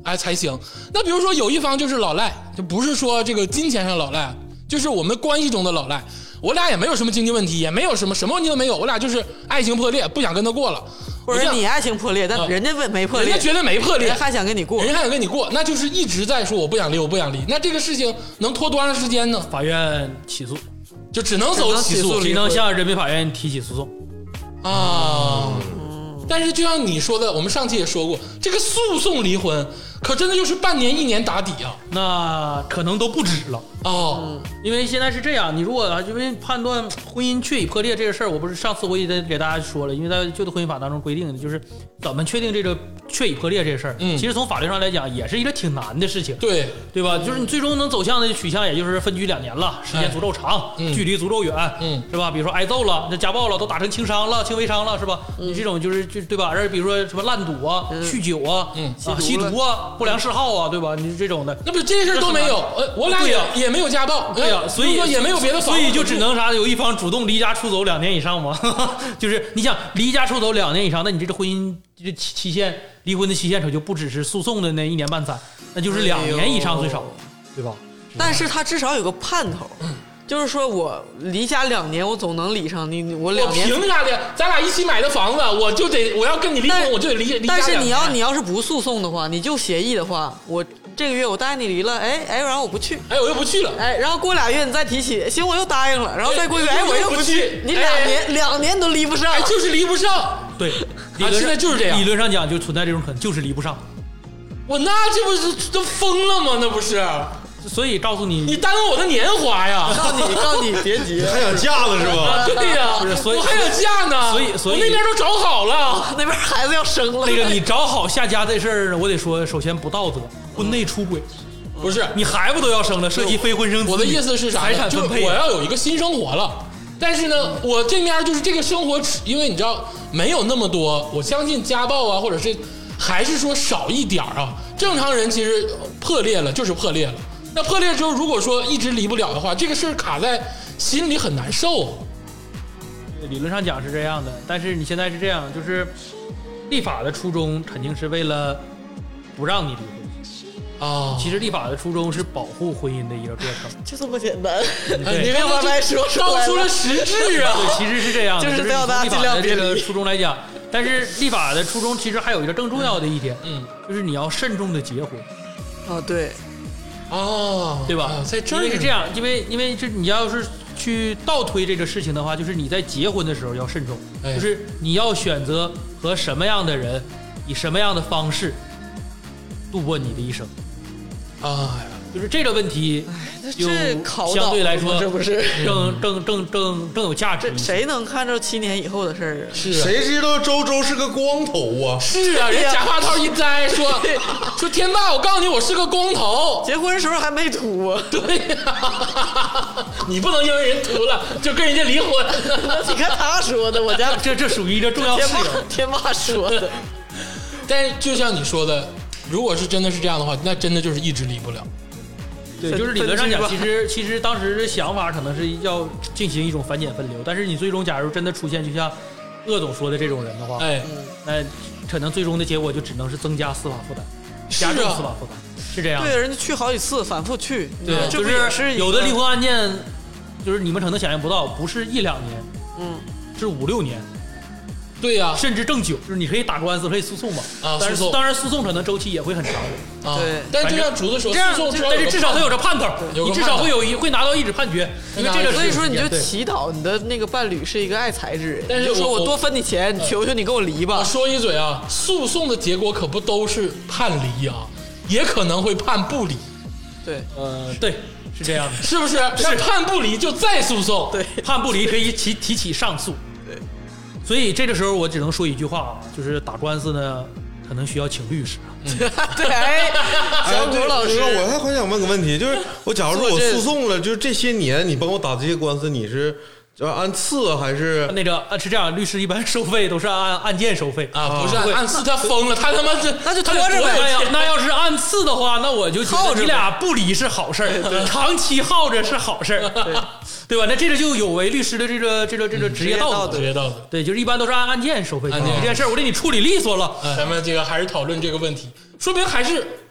才行。那比如说有一方就是老赖，就不是说这个金钱上老赖，就是我们关系中的老赖。我俩也没有什么经济问题，也没有什么问题都没有，我俩就是爱情破裂，不想跟他过了。 或者你爱情破裂，但人家没破裂， 人家觉得没破裂， 人家还想跟你过， 人家还想跟你过，那就是一直在说我不想离，我不想离。那这个事情能拖多长时间呢？ 法院起诉， 就只能走起诉， 只能向人民法院提起诉讼啊。但是就像你说的，我们上期也说过，这个诉讼离婚可真的就是半年1年打底啊， 那可能都不止了哦。 因为现在是这样，你如果因为判断婚姻确已破裂这个事儿，我不是上次我也给大家说了，因为在旧的婚姻法当中规定的就是怎么确定这个确已破裂这个事儿，其实从法律上来讲也是一个挺难的事情，对吧？就是你最终能走向的取向，也就是分居2年了，时间足够长，距离足够远，是吧？比如说挨揍了，这家暴了，都打成轻伤了、轻微伤了，是吧？你这种就是对吧？而比如说什么烂赌啊、酗酒啊、吸毒啊、不良嗜好啊，对吧？你这种的， 那不这些事都没有，我俩也没有家暴， 对呀，所以也没有别的， 所以就只能啥？有一方主动离家出走2年以上吗？就是你想离家出走2年以上，那你这个婚姻这期限，离婚的期限可就不只是诉讼的那1年半载，那就是2年以上最少，对吧？ 但是他至少有个盼头。就是说我离家2年，我总能理上你。我2年， 凭啥的？咱俩一起买的房子，我要跟你离婚，我就得离家2年。 但是你要是不诉讼的话，你就协议的话，我这个月我答应你离了，哎，然后我不去， 我又不去了， 然后过2月你再提起，行，我又答应了，然后再过1个月，我又不去，你2年都离不上， 就是离不上。 对， 现在就是这样。 理论上讲就存在这种可能，就是离不上。 那这不是都疯了吗？那不是。 所以告诉你， 你耽误我的年华呀！ 告诉你别急， 还想嫁了是吧？ 对呀， 所以我还想嫁呢。 所以我那边都找好了， 那边孩子要生了。 那个你找好下家这事儿，我得说，首先不道德，婚内出轨， 不是你孩子都要生了，涉及非婚生子女。 我的意思是啥？ 财产分配， 我要有一个新生活了。但是呢，我这面就是这个生活，因为你知道没有那么多，我相信家暴啊，或者是还是说少一点啊。正常人其实破裂了就是破裂了。那破裂之后，如果说一直离不了的话，这个事儿卡在心里很难受。 理论上讲是这样的，但是你现在是这样，就是立法的初衷肯定是为了不让你离婚啊。其实立法的初衷是保护婚姻的一个过程， 就这么简单。 你跟慢慢说，道出了实质啊。 对，其实是这样的， 就是要大家尽量别离。 这个初衷来讲，但是立法的初衷其实还有一个更重要的一点，就是你要慎重的结婚。 对。 对吧？ 在这儿是这样，因为这你要是去倒推这个事情的话，就是你在结婚的时候要慎重，就是你要选择和什么样的人，以什么样的方式度过你的一生。就是这个问题，就相对来说， 这不是更有价值。 谁能看着7年以后的事儿啊？ 是谁知道周是个光头啊？ 是啊，人假发套一摘，说天霸，我告诉你，我是个光头。 结婚时候还没秃啊？ 对呀，你不能因为人秃了就跟人家离婚。 你看他说的，我家这属于一个重要事情。 天霸说的。 但是就像你说的，如果是真的是这样的话，那真的就是一直离不了。 对，就是理论上讲，其实当时的想法可能是要进行一种繁简分流，但是你最终假如真的出现就像鄂总说的这种人的话，那可能最终的结果就只能是增加司法负担，加重司法负担，是这样。 对，人家去好几次，反复去， 对，就是有的离婚案件，就是你们可能想象不到，不是1-2年，是5-6年。 对呀， 甚至更久，就是你可以打官司，可以诉讼嘛。但是当然诉讼可能周期也会很长。 对， 但就像竹子说，诉讼但是至少它有个盼头，你至少会拿到一纸判决。因为这个， 所以说你就祈祷你的那个伴侣是一个爱财之人。但是说我多分你钱，求求你跟我离吧。 我说一嘴啊，诉讼的结果可不都是判离啊，也可能会判不离。 对， 对，是这样的， 是不是？那判不离就再诉讼， 对， 判不离可以提起上诉。所以这个时候我只能说一句话啊，就是打官司呢，可能需要请律师。 对，小谷老师， 我还想问个问题，就是假如说我诉讼了，就是这些年你帮我打这些官司，你是按次还是那个是这样？律师一般收费都是按案件收费啊，不是按次，他疯了，他妈那就拖着呗。 那要是按次的话，那我就觉得你俩不离是好事儿，长期耗着是好事儿，对吧？那这个就有违律师的这个职业道德。对，就是一般都是按件收费。这件事儿我给你处理利索了。 咱们这个还是讨论这个问题，说明还是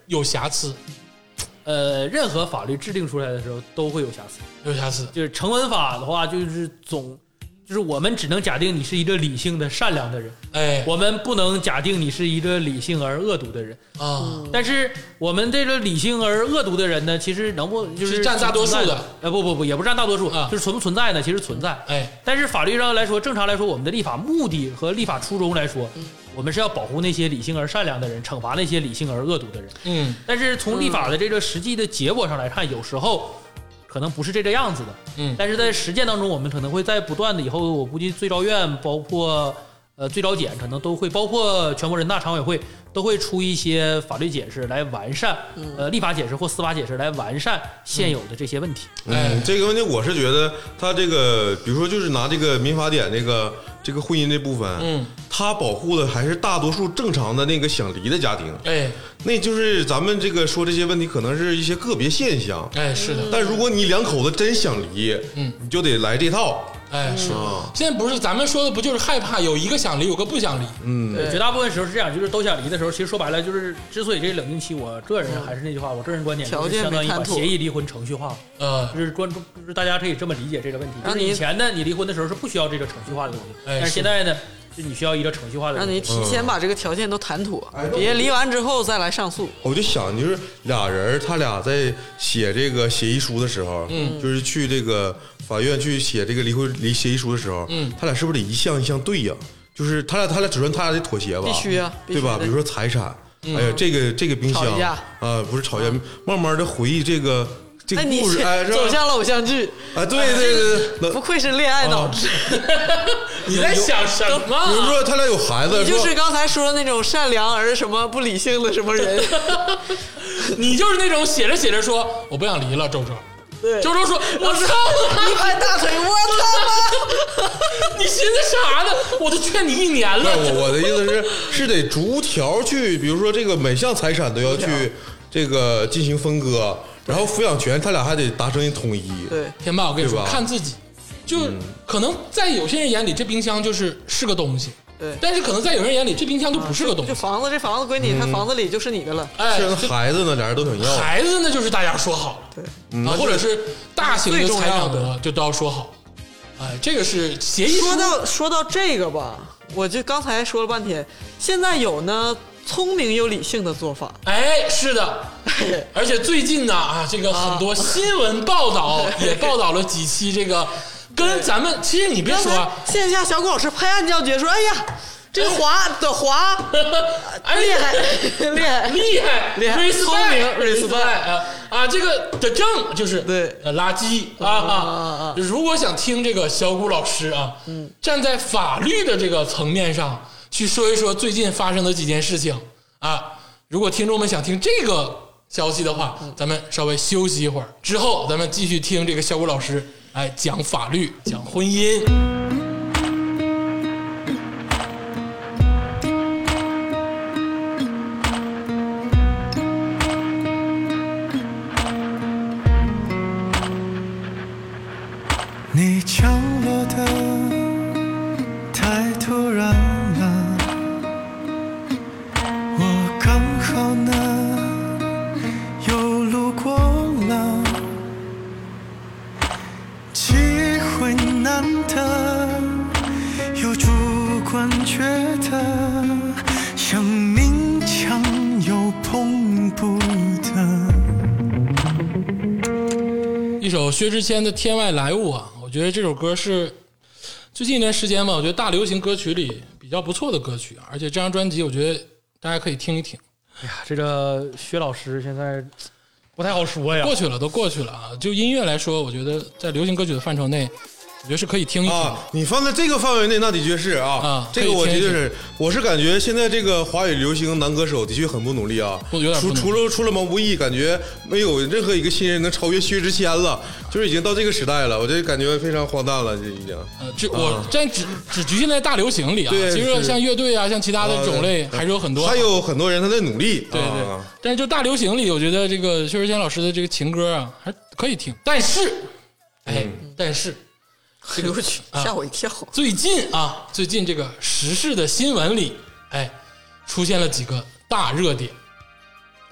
有瑕疵？ 任何法律制定出来的时候都会有瑕疵， 有瑕疵。 就是成文法的话，就是我们只能假定你是一个理性的善良的人，我们不能假定你是一个理性而恶毒的人啊。 但是我们这个理性而恶毒的人呢，其实能不就是占大多数的？ 不，也不占大多数啊， 就是存不存在呢？其实存在。但是法律上来说，正常来说，我们的立法目的和立法初衷来说，我们是要保护那些理性而善良的人，惩罚那些理性而恶毒的人。但是从立法的这个实际的结果上来看，有时候可能不是这个样子的，但是在实践当中，我们可能会在不断的以后，我估计最高院包括最高检可能都会，包括全国人大常委会都会出一些法律解释来完善，立法解释或司法解释来完善现有的这些问题。 这个问题我是觉得他这个，比如说就是拿这个民法典这个婚姻这部分，它保护的还是大多数正常的那个想离的家庭，那就是咱们这个说这些问题可能是一些个别现象， 是的。 但如果你两口子真想离，你就得来这套。 是现在不是咱们说的，不就是害怕有一个想离，有个不想离？ 对，绝大部分时候是这样，就是都想离的时候，其实说白了就是，之所以这冷静期，我个人还是那句话，我个人观点就是相当于把协议离婚程序化，就是大家可以这么理解这个问题。就是以前呢，你离婚的时候是不需要这个程序化的东西，但是现在呢，就你需要一个程序化的东西， 让你提前把这个条件都谈妥，别离完之后再来上诉。 我就想，就是俩人他俩在写这个协议书的时候，就是去这个法院去写这个离协议书的时候，他俩是不是得一项一项对呀？就是他俩首先他俩得妥协吧， 必须啊， 对吧？比如说财产，哎呀，这个冰箱啊，不是吵架，慢慢的回忆这个故事， 走向了偶像剧啊，对， 不愧是恋爱脑子。 你在想什么？ 比如说他俩有孩子， 你就是刚才说的那种善良而什么不理性的什么人， 你就是那种写着写着说我不想离了，周周。 对， 周周说：“我操！” 一拍大腿，我他妈！ 你寻思啥呢？我都劝你1年了。 我的意思是得逐条去，比如说这个每项财产都要去这个进行分割，然后抚养权他俩还得达成一统一。 对， 天霸，我跟你说，看自己，就可能在有些人眼里，这冰箱是个东西。 对， 但是可能在有人眼里，这冰箱就不是个东西。 这房子归你，他房子里就是你的了。 孩子呢，俩人都想要。 孩子呢，就是大家说好了，对，或者是大型的财产得就都要说好。这个是协议书。 说到这个吧，我就刚才说了半天，现在有呢聪明又理性的做法。 是的，而且最近呢这个很多新闻报道也报道了几期这个。跟咱们其实你别说线下小谷老师拍案叫绝说：“哎呀，这个滑，厉害，聪明，respect 啊，这个的正就是对垃圾啊。如果想听这个小谷老师站在法律的这个层面上去说一说最近发生的几件事情如果听众们想听这个消息的话，咱们稍微休息一会儿，之后咱们继续听这个小谷老师。讲法律，讲婚姻。 你降落的太突然了，我刚好呢又路过了。难得有主观觉得像勉强又碰不得。 一首薛之谦的《天外来物》我觉得这首歌是最近一段时间吧，我觉得大流行歌曲里比较不错的歌曲，而且这张专辑我觉得大家可以听一听。 哎呀，这个薛老师现在不太好说呀， 过去了都过去了就音乐来说，我觉得在流行歌曲的范畴内。我觉得是可以听一听你放在这个范围内，那的确是这个我的确是，我是感觉现在这个华语流行男歌手的确很不努力除了毛不易，感觉没有任何一个新人能超越薛之谦了，就是已经到这个时代了，我这感觉非常荒诞了，这已经。 我只局限在大流行里其实像乐队像其他的种类还是有很多， 还有很多人他在努力， 对，但是就大流行里，我觉得这个薛之谦老师的这个情歌还可以听，但是这个吓我一跳。 最近这个时事的新闻里，出现了几个大热点，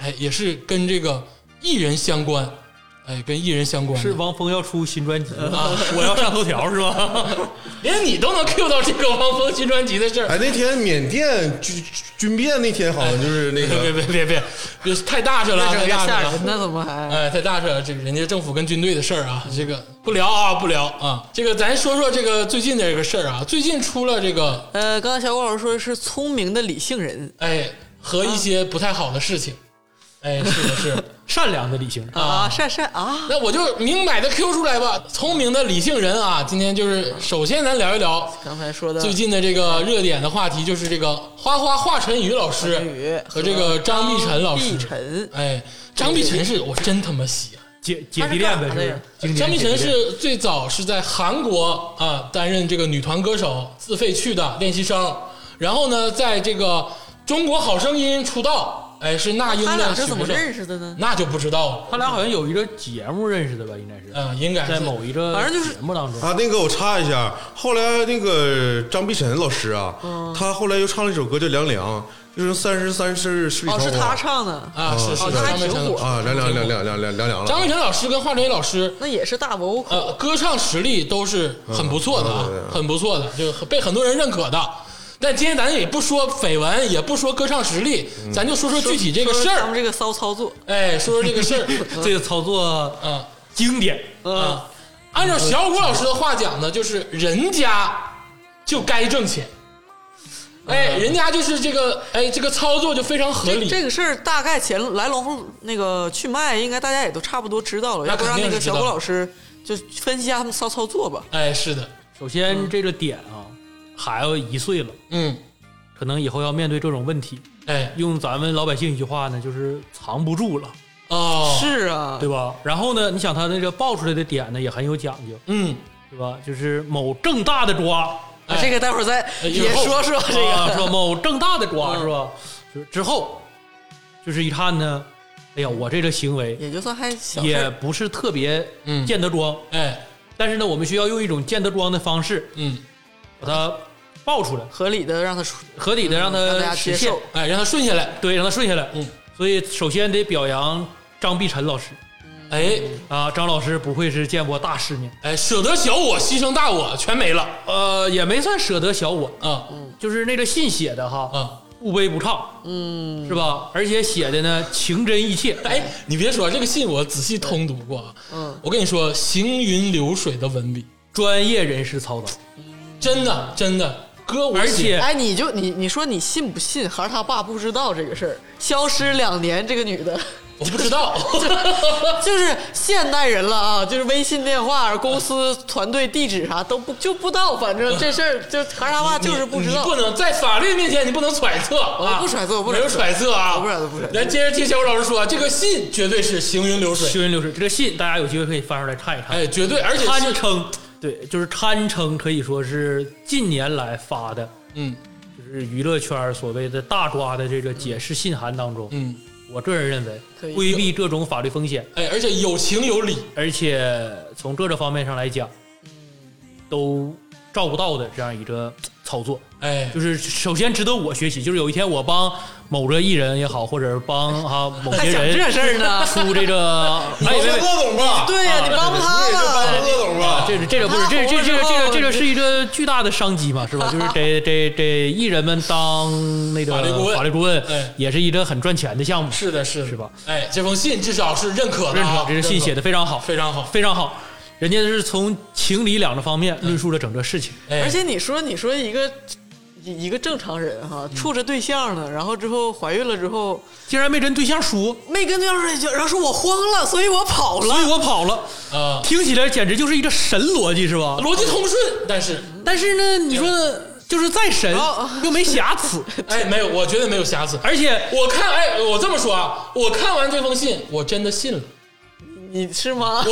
哎，也是跟这个艺人相关，哎，跟艺人相关。 是汪峰要出新专辑啊，我要上头条是吧？ 连你都能 Q 到这个汪峰新专辑的事儿。 哎，那天缅甸军变那天好像就是那个， 别太大事了，太大事了， 那怎么还？ 哎，太大事了，这个人家政府跟军队的事儿啊，这个不聊啊。这个咱说说这个最近的这个事儿啊，最近出了这个刚才小郭老师说的是聪明的理性人， 哎，和一些不太好的事情，哎，是的是。 善良的理性人啊，善啊， 那我就明摆的 Q 出来吧。聪明的理性人啊，今天就是首先咱聊一聊刚才说的最近的这个热点的话题，就是这个华晨宇老师和这个张碧晨老师。哎，张碧晨是我真他妈喜欢姐弟恋呗，是不是？ 张碧晨是最早是在韩国啊担任这个女团歌手，自费去的练习生，然后呢，在这个中国好声音出道。哎，是那英的。 他俩是怎么认识的呢？ 那就不知道了。 他俩好像有一个节目认识的吧？应该是。 应该是在某一个节目当中啊。那个我插一下，后来那个张碧晨老师啊，他后来又唱了一首歌叫《凉凉》，就是33是十里桃花。 是他唱的啊，是他还挺火啊，凉凉。 张碧晨老师跟华晨宇老师那也是大 vocal， 歌唱实力都是很不错的啊，很不错的，就被很多人认可的。但今天咱也不说绯闻，也不说歌唱实力，咱就说说具体这个事儿。 咱们这个骚操作， 哎，说说这个事儿， 这个操作经典啊。按照小虎老师的话讲呢，就是人家就该挣钱，哎，人家就是这个，哎，这个操作就非常合理。 这个事儿大概前来龙那个去脉，应该大家也都差不多知道了。 要不让那个小虎老师就分析一下他们骚操作吧。 哎，是的， 首先这个点啊。孩子1岁了，可能以后要面对这种问题， 哎， 用咱们老百姓一句话呢，就是藏不住了， 是啊， 对吧？然后呢，你想他那个爆出来的点呢，也很有讲究，对吧？就是某正大的抓， 这个待会儿再也说说这个， 说某正大的抓是吧？之后就是一看呢，哎呀，我这个行为也就算还小， 也不是特别见得光， 哎， 但是呢，我们需要用一种见得光的方式，把它爆出来， 合理的让他实现， 哎，让他顺下来， 对，让他顺下来。所以首先得表扬张碧晨老师， 哎张老师不愧是见过大世面， 哎，舍得小我，牺牲大我，全没了。 也没算舍得小我就是那个信写的不卑不亢，是吧？而且写的呢情真意切。 哎，你别说这个信，我仔细通读过，我跟你说，行云流水的文笔， 专业人士操刀。 真的，哥， 而且， 哎，你说你信不信？还是他爸不知道这个事儿？消失2年，这个女的， 我不知道， 就是现代人了啊，就是微信电话、公司团队地址啥都不知道，反正这事儿就还是他爸就是不知道。 你不能在法律面前，你不能揣测啊！ 不揣测， 没有揣测啊！ 不揣测。 咱接着听小虎老师说，这个信绝对是行云流水。 行云流水，这个信大家有机会可以翻出来看一看。 哎，绝对，而且堪称。对，就是堪称可以说是近年来发的，就是娱乐圈所谓的大抓的这个解释信函当中，我个人认为规避这种法律风险， 哎，而且有情有理， 而且从这方面上来讲，都照顾到的这样一个操作， 哎， 就是首先值得我学习，就是有一天我帮某个艺人也好，或者帮某些人这事儿呢， 出这个， 哎，鄂总吧， 对呀，你帮不他了，鄂总吧， 这个不是这个是一个巨大的商机嘛，是吧？就是给艺人们当那个法律顾问，也是一个很赚钱的项目， 是的，是吧？ 哎，这封信至少是认可的， 这个信写的非常好， 非常好， 非常好。人家是从情理两个方面论述了整个事情， 而且你说一个正常人哈，处着对象呢，然后之后怀孕了之后， 竟然没跟对象说， 然后说我慌了，所以我跑了， 听起来简直就是一个神逻辑，是吧？ 逻辑通顺，但是呢，你说就是再神又没瑕疵， 哎，没有，我觉得没有瑕疵， 而且我这么说啊，我看完这封信，我真的信了。 你是吗？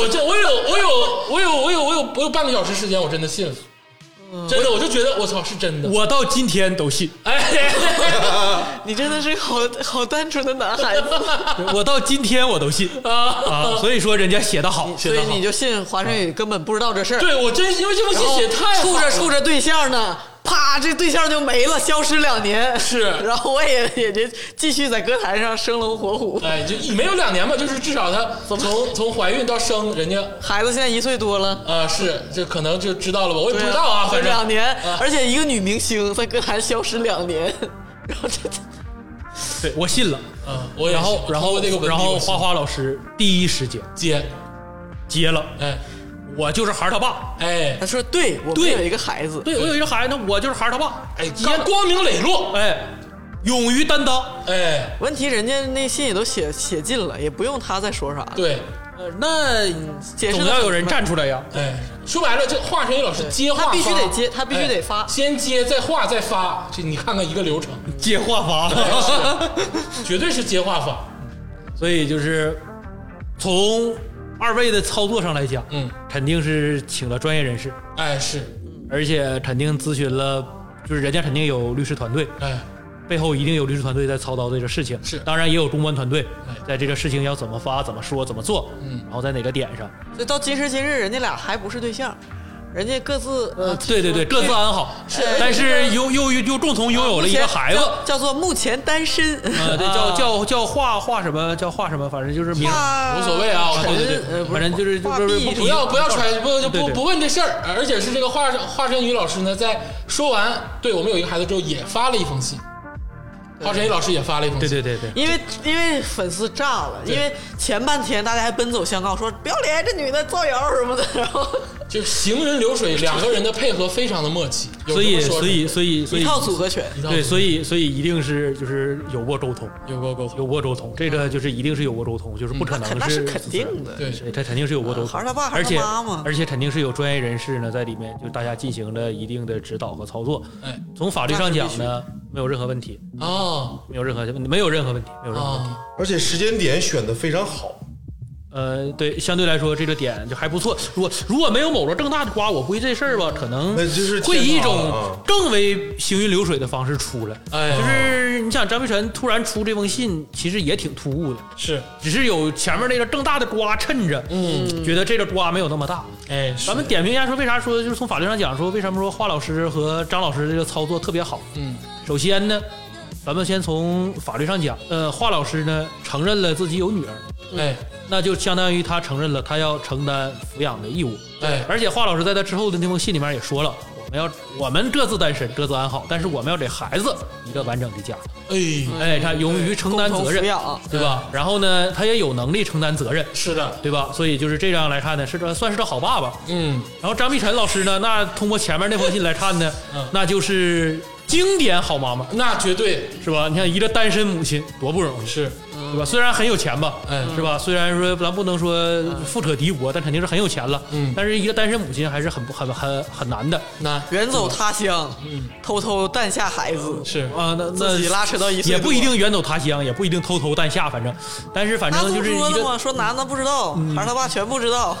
我有半个小时时间，我真的信了，真的，我就觉得我操是真的， 我到今天都信。哎， 你真的是好单纯的男孩子， 我到今天我都信啊！所以说人家写得好， 所以你就信华晨宇根本不知道这事儿。 对，我真因为这封信写太好了， 处着对象呢。 啪，这对象就没了，消失2年。 是， 然后我也就继续在歌坛上生龙活虎。 哎，就没有2年吧，就是至少他从怀孕到生，人家孩子现在1岁多了。 是，这可能就知道了吧？我也不知道啊，反正 2年，而且一个女明星在歌坛消失2年，然后这。 对，我信了。 我也然后花花老师第一时间接了。 哎， 我就是孩儿他爸。 哎， 他说对，我们有一个孩子， 对我有一个孩子，那我就是孩儿他爸。 哎，光明磊落。 哎，勇于担当。 哎， 问题人家那信也都写尽了，也不用他再说啥。 对。 那总要有人站出来呀！ 哎，说白了，这华晨宇老师接话发， 他必须得接，他必须得发， 先接再画再发，这你看看一个流程， 接话发， 绝对是接话发。 所以就是从2位的操作上来讲，肯定是请了专业人士， 哎是， 而且肯定咨询了，就是人家肯定有律师团队， 哎。 背后一定有律师团队在操刀这个事情， 是， 当然也有公关团队在这个事情要怎么发、怎么说、怎么做，然后在哪个点上。 所以到今时今日，人家俩还不是对象，人家各自对，各自安好，是，但是又共同拥有了一个孩子， 叫做目前单身。 对，叫画什么，叫画什么，反正就是名无所谓啊， 对，反正就是不要揣不问这事儿，而且是这个华晨宇老师呢，在说完对我们有一个孩子之后，也发了一封信。华晨宇老师也发了一封信， 对， 因为粉丝炸了，因为前半天大家还奔走相告，说不要脸，这女的造谣什么的，然后就行云流水，2个人的配合非常的默契， 所以一套组合拳， 对，所以一定是就是有过沟通， 有过沟通， 这个就是一定是有过沟通，就是不可能那是肯定的， 对， 他肯定是有过沟通， 孩儿他爸还是他妈嘛， 而且肯定是有专业人士呢在里面，就大家进行了一定的指导和操作。 哎， 从法律上讲呢，没有任何问题没有任何问题，没有任何问题， 而且时间点选的非常好。 对，相对来说这个点就还不错。如果没有某个更大的瓜，我估计这事儿吧，可能会以一种更为行云流水的方式出来。 哎， 就是你想张碧晨突然出这封信，其实也挺突兀的， 是， 只是有前面那个更大的瓜衬着，觉得这个瓜没有那么大。 哎， 咱们点评一下说为啥说就是从法律上讲说为什么说华老师和张老师这个操作特别好。首先呢，咱们先从法律上讲，华老师呢承认了自己有女儿， 哎， 那就相当于他承认了他要承担抚养的义务， 哎， 而且华老师在他之后的那封信里面也说了，我们各自单身，各自安好，但是我们要给孩子一个完整的家，哎，他勇于承担责任，对吧？然后呢，他也有能力承担责任， 是的， 对吧？所以就是这样来看呢，算是个好爸爸，然后张碧晨老师呢，那通过前面那封信来看呢，那就是经典好妈妈， 那绝对是吧？你看一个单身母亲多不容易， 是， 对吧？虽然很有钱吧，是吧？虽然说咱不能说富可敌国，但肯定是很有钱了，但是一个单身母亲还是很难的， 远走他乡，偷偷诞下孩子， 是啊，那自己拉扯到1岁， 也不一定远走他乡，也不一定偷偷诞下，反正就是一个说男的不知道，还是他爸全不知道。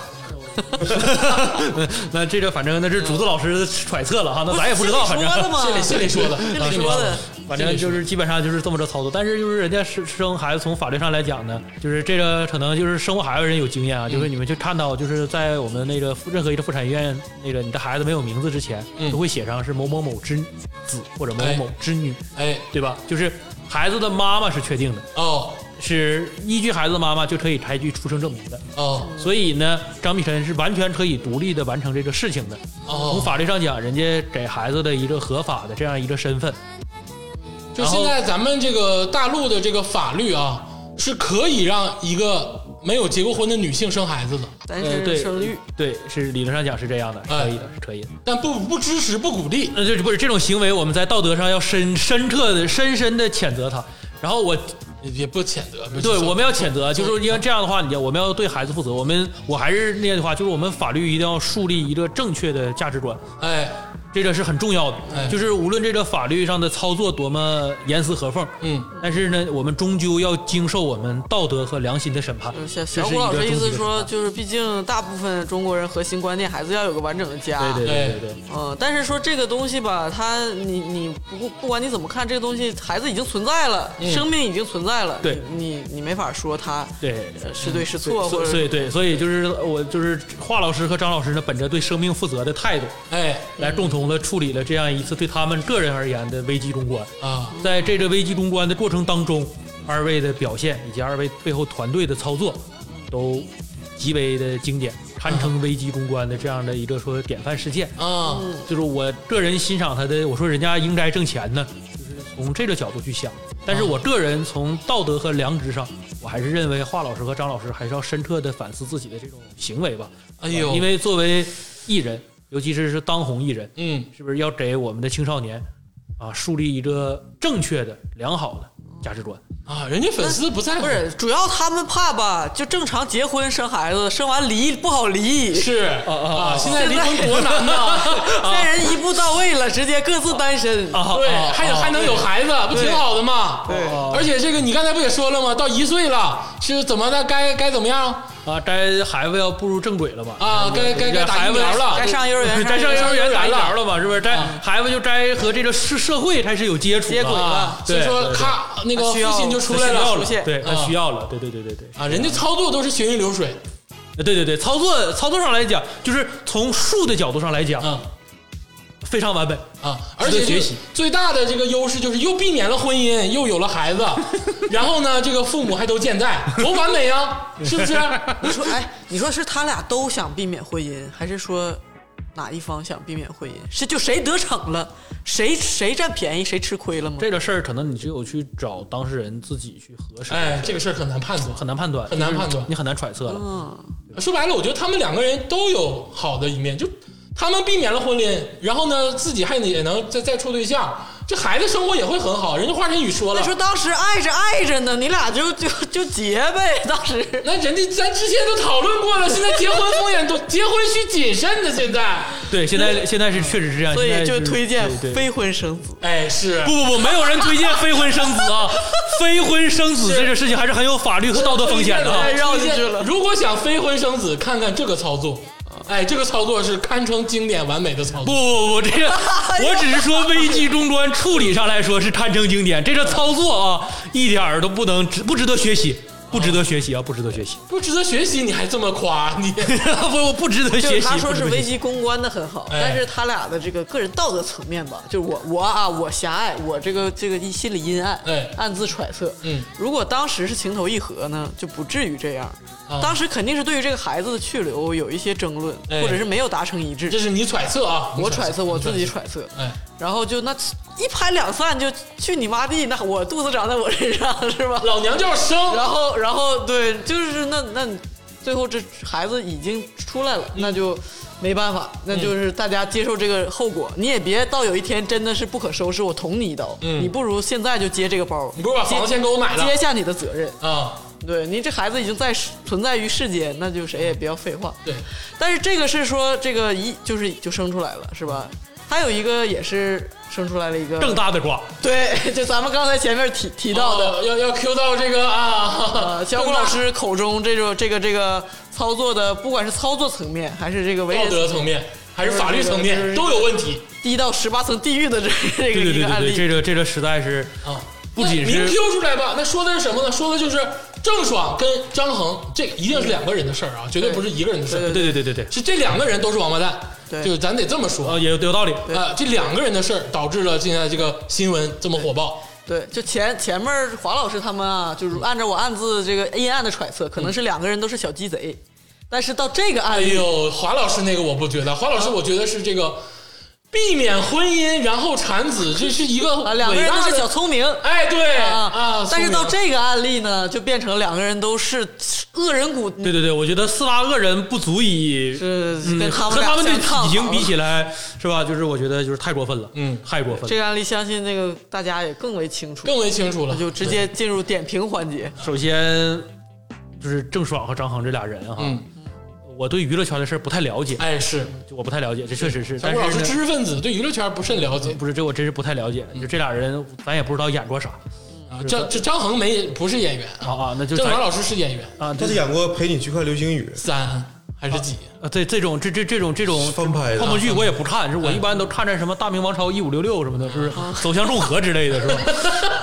那这个反正那是竹子老师揣测了哈，那咱也不知道，反正心里说的， 反正就是基本上就是这么着操作。但是就是人家生孩子，从法律上来讲呢，就是这个可能就是生过孩子的人有经验啊，就是你们就看到就是在我们那个任何一个妇产医院，那个你的孩子没有名字之前，都会写上是某某某之子或者某某某之女，哎，对吧？就是孩子的妈妈是确定的是依据孩子的妈妈就可以开具出生证明的所以呢，张碧晨是完全可以独立的完成这个事情的从法律上讲，人家给孩子的一个合法的这样一个身份。 就现在咱们这个大陆的这个法律啊，是可以让一个没有结过婚的女性生孩子的， 但是生育对是理论上讲是这样的，可以的，是可以的， 但不支持不鼓励， 这不是这种行为，我们在道德上要深深的谴责他。然后也不谴责， 对，我们要谴责，就是因为这样的话，我们要对孩子负责。我还是那句话，就是我们法律一定要树立一个正确的价值观，哎，这个是很重要的。就是无论这个法律上的操作多么严丝合缝，但是呢，我们终究要经受我们道德和良心的审判。 小谷老师意思说，就是毕竟大部分中国人核心观念还是要有个完整的家。 对。 但是说这个东西吧，你不管你怎么看，这个东西孩子已经存在了，生命已经存在了， 对， 你没法说他是对是错，或者所以就是我就是华老师和张老师呢，本着对生命负责的态度，来共同同的处理了这样一次对他们个人而言的危机中关啊。 在这个危机中关的过程当中，二位的表现以及二位背后团队的操作都极为的经典，堪称危机公关的这样的一个说典范事件啊。 就是我个人欣赏他的，我说人家应该挣钱呢，就是从这个角度去想。但是我个人从道德和良知上，我还是认为华老师和张老师还是要深刻的反思自己的这种行为吧。 哎呦， 因为作为艺人，尤其是当红艺人，是不是要给我们的青少年啊树立一个正确的、良好的价值观？ 啊，人家粉丝不在乎， 不是主要他们怕吧，就正常结婚生孩子，生完离不好离。 是现在离婚多难呐！ 现在人一步到位了，直接各自单身。 对，还能有孩子，不挺好的吗？ 对， 而且这个你刚才不也说了吗？到1岁了，是怎么的？该怎么样？ 该孩子要步入正轨了吧？ 该打疫苗了， 该上幼儿园， 该上幼儿园打疫苗了吧？是不是？孩子就该和这个社会开始有接触了。 所以说，咔，那个父亲就出来了， 对，他需要了，对啊，人家操作都是行云流水， 对，操作上来讲，就是从术的角度上来讲，非常完美啊，而且学习最大的这个优势就是又避免了婚姻，又有了孩子，然后呢，这个父母还都健在，多完美啊，是不是？ 你说是他俩都想避免婚姻，还是说哪一方想避免婚姻？是就谁得逞了，谁占便宜，谁吃亏了吗？ 这个事儿可能你只有去找当事人自己去核实。 这个事儿很难判断， 你很难揣测了。 说白了，我觉得他们两个人都有好的一面，就他们避免了婚姻，然后呢，自己也能再处对象，这孩子生活也会很好。人家华晨宇说了， 那说当时爱着呢，你俩就结呗。当时那人家咱之前都讨论过了，现在结婚风险多，结婚需谨慎的。现在对，现在是确实是这样， 所以就推荐非婚生子。 是不，没有人推荐非婚生子啊！非婚生子这个事情还是很有法律和道德风险的啊。 绕进去了。 如果想非婚生子，看看这个操作。这个操作是堪称经典完美的操作。 不，这个我只是说危机中关处理上来说是堪称经典，这个操作啊，一点都不值得学习。不值得学习啊！不值得学习， 不值得学习，你还这么夸你？ 不值得学习。 他说是危机公关的很好，但是他俩的这个个人道德层面吧，就是我狭隘，我这个心里阴暗，暗自揣测。如果当时是情投意合呢，就不至于这样。当时肯定是对于这个孩子的去留有一些争论，或者是没有达成一致。 这是你揣测啊， 我揣测，我自己揣测。然后就那一拍两散，就去你妈地！那我肚子长在我身上是吧？ 老娘就要生。 然后对，就是那最后这孩子已经出来了，那就没办法，那就是大家接受这个后果。你也别到有一天真的是不可收拾，我捅你一刀。你不如现在就接这个包。 你不如把房子先给我买了， 接下你的责任啊。 对，你这孩子已经存在于世间，那就谁也不要废话。 对， 但是这个是说这个就生出来了，是吧？还有一个也是生出来了一个更大的瓜。 对，就咱们刚才前面提到的， 要 Q 到这个小谷老师口中这个操作的，不管是操作层面还是这个道德层面还是法律层面都有问题， 低到18层地狱的这个一个案例。 这个实在是不仅是明 Q 出来吧，那说的是什么呢？说的就是郑爽跟张恒，这一定是两个人的事儿啊，绝对不是一个人的事儿。 对， 是这两个人都是王八蛋，就咱得这么说也有道理这两个人的事儿导致了现在这个新闻这么火爆。 对，就前面华老师他们啊，就是按照我暗自这个阴暗的揣测，可能是两个人都是小鸡贼，但是到这个案例， 华老师那个我不觉得，华老师我觉得是这个。避免婚姻然后产子，这是一个两个人都是小聪明， 对但是到这个案例呢，就变成两个人都是恶人谷。 对，我觉得4、8个人不足以跟他们和他们的体型比起来，是吧？就是我觉得就是太过分了，太过分了。 这个案例相信那个大家也更为清楚了，就直接进入点评环节。 首先就是郑爽和张恒这俩人哈。我对娱乐圈的事不太了解， 是我不太了解，这确实是。 但是老师知识分子对娱乐圈不甚了解， 不是这我真是不太了解。就这俩人，咱也不知道演过啥。 这张恒不是演员那就郑爽老师是演员他是演过《陪你去看流星雨》 3还是几对，这种翻拍泡沫剧我也不看，是我一般都看什么《大明王朝1566》什么的，是不是走向众和之类的，是吧？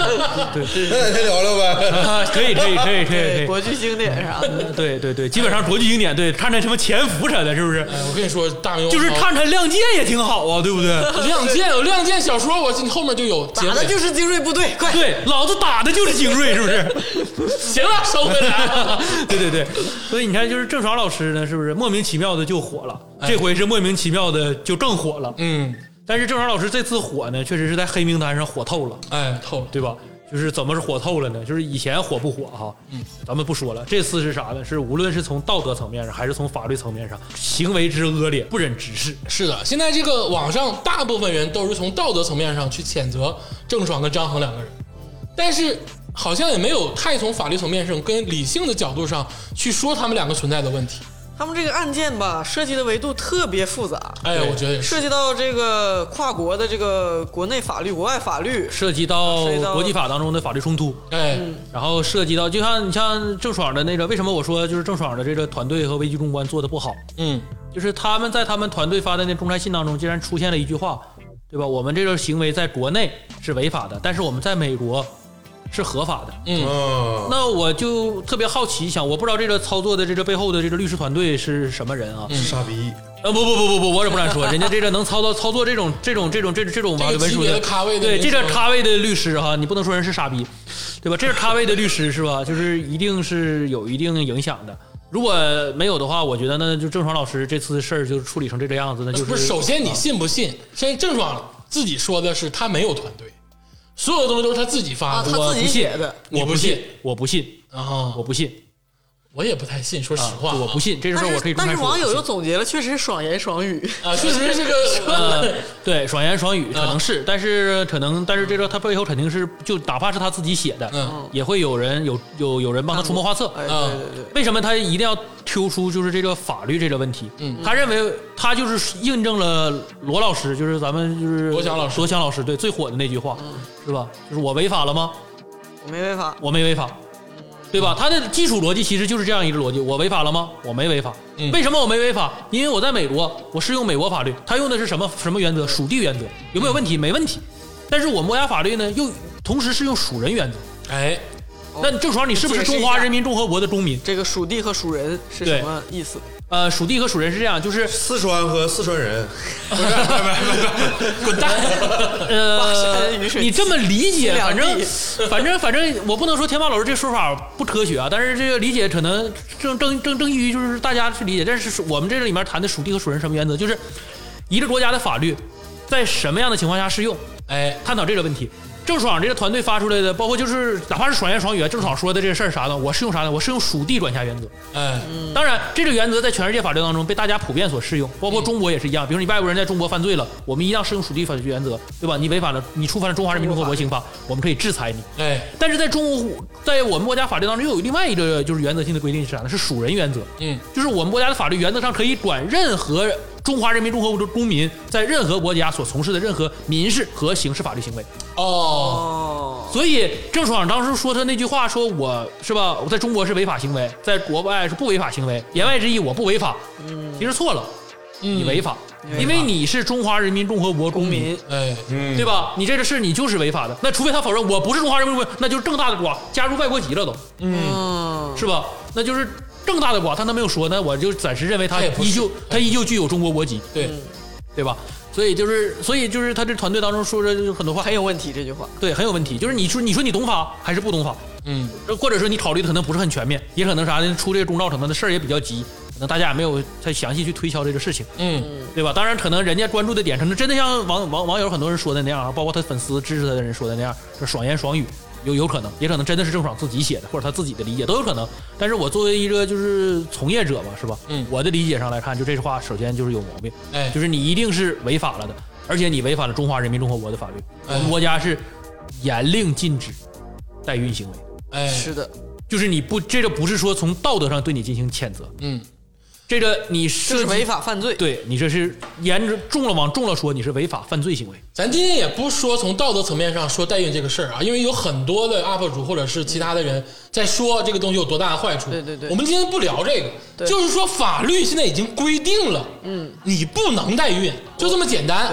那哪天聊聊呗？ 可以， 国剧经典啥的。 对，基本上国剧经典，对，看看什么潜伏啥的，是不是？ 我跟你说，大明就是看看《亮剑》也挺好啊，对不对？ 有亮剑小说，我后面就有结尾。 打的就是精锐部队，快！ 对，老子打的就是精锐，是不是？ 行了，收回来。 对，所以你看，就是郑爽老师呢，是不是莫名其妙的就火了？这回是莫名其妙的就更火了。但是郑爽老师这次火呢，确实是在黑名单上火透了。 透了， 对吧？就是怎么是火透了呢？就是以前火不火哈？咱们不说了。这次是啥呢？是无论是从道德层面上，还是从法律层面上，行为之恶劣，不忍直视。 是的，现在这个网上大部分人都是从道德层面上去谴责郑爽跟张恒两个人，但是好像也没有太从法律层面上跟理性的角度上去说他们两个存在的问题。 他们这个案件吧，涉及的维度特别复杂。 我觉得也是涉及到这个跨国的这个国内法律、国外法律， 涉及到国际法当中的法律冲突。然后涉及到，就像你像郑爽的那个，为什么我说就是郑爽的这个团队和危机公关做的不好？就是他们在他们团队发的那公开信当中，竟然出现了一句话，对吧？我们这个行为在国内是违法的，但是我们在美国是合法的。那我就特别好奇，我不知道这个操作的这个背后的这个律师团队是什么人啊？ 傻逼！ 不，我也不敢说，人家这个能操作这种法律文书的咖位的， 对这个咖位的律师哈，你不能说人是傻逼，对吧？这是咖位的律师是吧？就是一定是有一定影响的。如果没有的话，我觉得那就郑爽老师这次事儿就处理成这个样子，那就是不是。首先你信不信？现在郑爽自己说的是他没有团队。所有的东西都是他自己发的， 他自己写的， 我不信，我不信，我也不太信，说实话， 我不信这事我可以公开说。 但是网友又总结了，确实是爽言爽语啊，确实是个对，爽言爽语可能是，但是这个他背后肯定是就哪怕是他自己写的，也会有人帮他出谋划策。 对， 为什么他一定要挑出就是这个法律这个问题？他认为他就是印证了罗老师，就是咱们就是罗翔老师对最火的那句话，是吧？就是我违法了吗？ 我没违法， 我没违法。对吧？他的基础逻辑其实就是这样一个逻辑：我违法了吗？我没违法。为什么我没违法？因为我在美国，我适用美国法律，他用的是什么原则？属地原则，有没有问题？没问题。但是我们国家法律呢，又同时适用属人原则。那郑爽，你是不是中华人民共和国的公民？ 这个属地和属人是什么意思？ 属地和属人是这样，就是四川和四川人， 不是，滚蛋！ 你这么理解，反正我不能说天霸老师这说法不科学啊，但是这个理解可能正义于就是大家去理解。但是我们这里面谈的属地和属人什么原则，就是一个国家的法律在什么样的情况下适用？探讨这个问题。郑爽这个团队发出来的，包括就是哪怕是爽言爽语，郑爽说的这个事儿啥的，我是用啥呢？我是用属地管辖原则。当然这个原则在全世界法律当中被大家普遍所适用，包括中国也是一样。比如说你外国人在中国犯罪了，我们一样适用属地法律原则，对吧？你违反了，你触犯了中华人民共和国刑法，我们可以制裁你。但是在我们国家法律当中又有另外一个就是原则性的规定是啥呢？是属人原则。就是我们国家的法律原则上可以管任何中华人民共和国的公民在任何国家所从事的任何民事和刑事法律行为。所以郑爽当时说他那句话，说我是吧，我在中国是违法行为，在国外是不违法行为，言外之意我不违法。其实错了，你违法，因为你是中华人民共和国公民，对吧？你这个事你就是违法的。那除非他否认我不是中华人民共和国，那就是更大的瓜，加入外国籍了都，是吧？那就是更大的瓜，他没有说，那我就暂时认为他依旧具有中国国籍，对吧？所以就是他这团队当中说着很多话很有问题，这句话对很有问题。就是你说你懂法还是不懂法？或者说你考虑的可能不是很全面，也可能啥呢？出这个公告什么的事儿也比较急，可能大家也没有太详细去推敲这个事情，对吧？当然可能人家关注的点可能真的像网友很多人说的那样，包括他粉丝支持他的人说的那样，是爽言爽语。有可能，也可能真的是郑爽自己写的，或者他自己的理解都有可能。但是我作为一个就是从业者嘛，是吧？我的理解上来看，就这句话首先就是有毛病，就是你一定是违法了的，而且你违反了中华人民共和国的法律。我们国家是严令禁止代孕行为。 是的， 就是你不这个不是说从道德上对你进行谴责，这个你是违法犯罪， 对你这是往重了说，你是违法犯罪行为。 咱今天也不说从道德层面上说代孕这个事儿啊，因为有很多的 UP 主或者是其他的人在说这个东西有多大的坏处。 对， 我们今天不聊这个，就是说法律现在已经规定了，你不能代孕，就这么简单。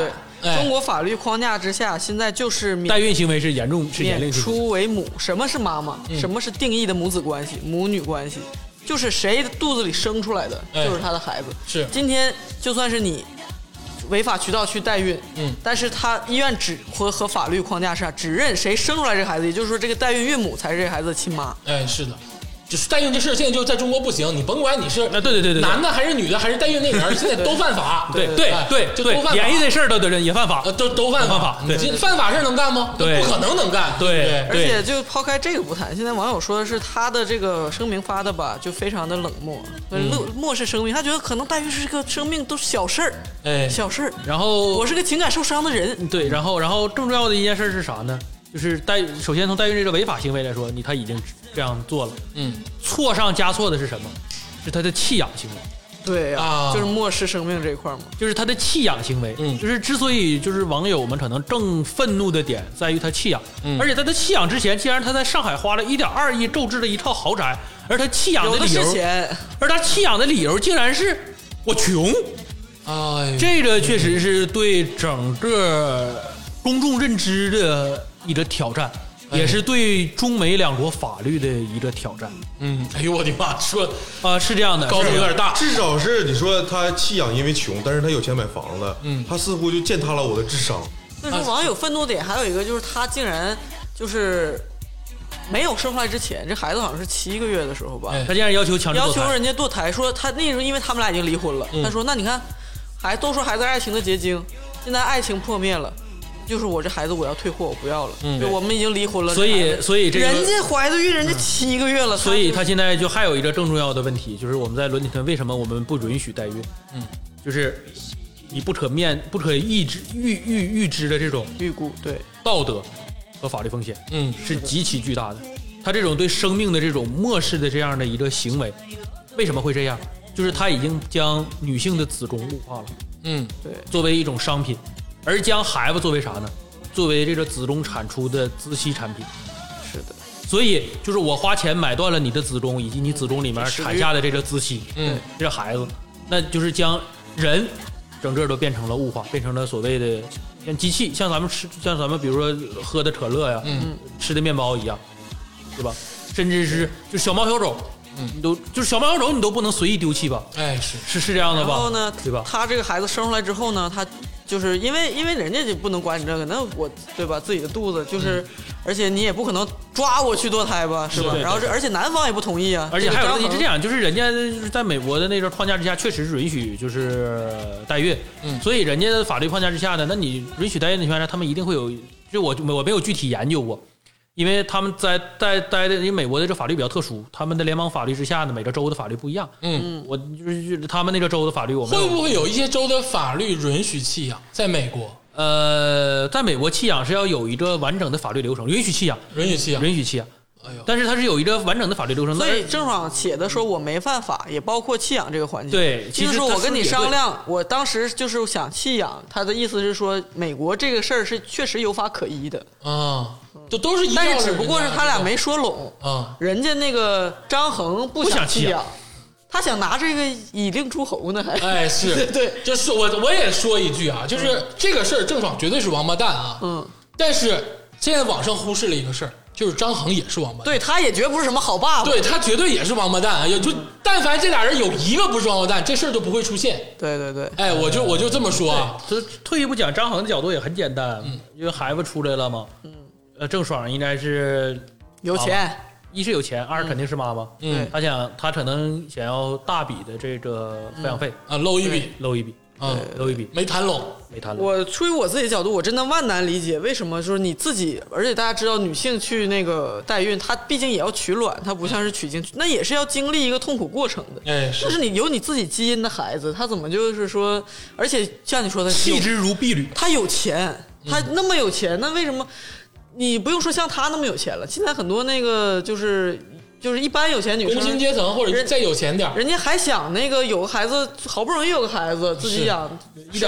中国法律框架之下，现在就是代孕行为是严令免出为母。什么是妈妈？什么是定义的母子关系、母女关系？就是谁肚子里生出来的，就是他的孩子。 是今天就算是你违法渠道去代孕，但是他医院只和法律框架下只认谁生出来这个孩子，也就是说这个代孕孕母才是这个孩子的亲妈。 哎，是的。就是代孕这事现在就在中国不行，你甭管你是对男的还是女的还是代孕那人，现在都犯法。 对， 就都犯法。 演绎这事儿都也犯法， 都犯法。犯法事能干吗？ 对， 不可能能干。 对， 而且就抛开这个不谈，现在网友说的是他的这个声明发的吧，就非常的冷漠，漠视生命。他觉得可能代孕是个生命都是小事儿，小事儿。 然后我是个情感受伤的人。 对，然后更重要的一件事是啥呢？就是首先从代孕这个违法行为来说，他已经这样做了，错上加错的是什么？是他的弃养行为。 对啊，就是漠视生命这一块嘛， 就是他的弃养行为。就是之所以就是网友们可能正愤怒的点在于他弃养，而且在他弃养之前，既然他在上海花了1.2亿购置了一套豪宅，而他弃养的理由，而他弃养的理由竟然是我穷。这个确实是对整个公众认知的一个挑战，也是对中美两国法律的一个挑战。 哎呦我的妈，说是这样的， 高度有点大。 至少是你说他弃养因为穷，但是他有钱买房子，他似乎就践踏了我的智商。 所以说网友愤怒点还有一个就是他竟然就是没有生出来之前，这孩子好像是7个月的时候吧， 他竟然要求强制要求人家堕胎，说他那时候因为他们俩已经离婚了，他说那你看都说孩子是爱情的结晶，现在爱情破灭了。就是我这孩子我要退货，我不要了。就我们已经离婚了， 所以这个人家怀的孕人家7个月了， 所以他现在就还有一个更重要的问题，就是我们在伦理上为什么我们不允许代孕？就是你不可预知的这种预估，对道德和法律风险，是极其巨大的。他这种对生命的这种漠视的这样的一个行为，为什么会这样？就是他已经将女性的子宫物化了， 对， 作为一种商品。而将孩子作为啥呢？作为这个子宫产出的孳息产品。 是的， 所以就是我花钱买断了你的子宫以及你子宫里面产下的这个孳息，这孩子，那就是将人整个都变成了物化，变成了所谓的像机器，像咱们比如说喝的可乐呀，吃的面包一样，对吧？甚至是就小猫小狗。就是小猫小狗你都不能随意丢弃吧？是这样的吧？ 然后呢， 对吧？ 他这个孩子生出来之后呢，他就是因为人家就不能管你这个，那我对吧？自己的肚子就是，而且你也不可能抓我去堕胎吧，是吧？然后而且男方也不同意啊。 而且还有问题是这样，就是人家在美国的那个框架之下，确实是允许就是代孕，所以人家的法律框架之下呢，那你允许代孕的情况下，他们一定会有，就我没有具体研究过。因为他们在的，因为美国的这法律比较特殊，他们的联邦法律之下呢，每个州的法律不一样。我就是他们那个州的法律，我们会不会有一些州的法律允许弃养？在美国， 在美国弃养是要有一个完整的法律流程，允许弃养。哎呦，但是它是有一个完整的法律流程。 所以郑爽写的说我没犯法，也包括弃养这个环节。 对， 其实说我跟你商量，我当时就是想弃养，他的意思是说美国这个事儿是确实有法可依的都是一， 但是只不过是他俩没说拢人家那个张恒不想弃养，他想拿这个以令诸侯呢，还是对， 就是我也说一句啊，就是这个事儿郑爽绝对是王八蛋啊，但是现在网上忽视了一个事儿，就是张恒也是王八蛋， 对，他也绝不是什么好爸爸， 对，他绝对也是王八蛋啊，就但凡这俩人有一个不是王八蛋，这事儿就不会出现。 对， 我就这么说啊。 退一步讲，张恒的角度也很简单，因为孩子出来了嘛，郑爽应该是有钱， 一是有钱，二肯定是妈妈，他可能想要大笔的这个抚养费搂一笔， 搂一笔， 没谈拢。 我出于我自己的角度，我真的万难理解为什么说你自己，而且大家知道女性去那个代孕，她毕竟也要取卵，她不像是取精，那也是要经历一个痛苦过程的。就是你有你自己基因的孩子，他怎么就是说，而且像你说的弃之如敝履， 他有钱，他那么有钱，那为什么？你不用说像他那么有钱了，现在很多那个就是一般有钱女生， 工薪阶层或者再有钱点， 人家还想那个有个孩子，好不容易有个孩子自己养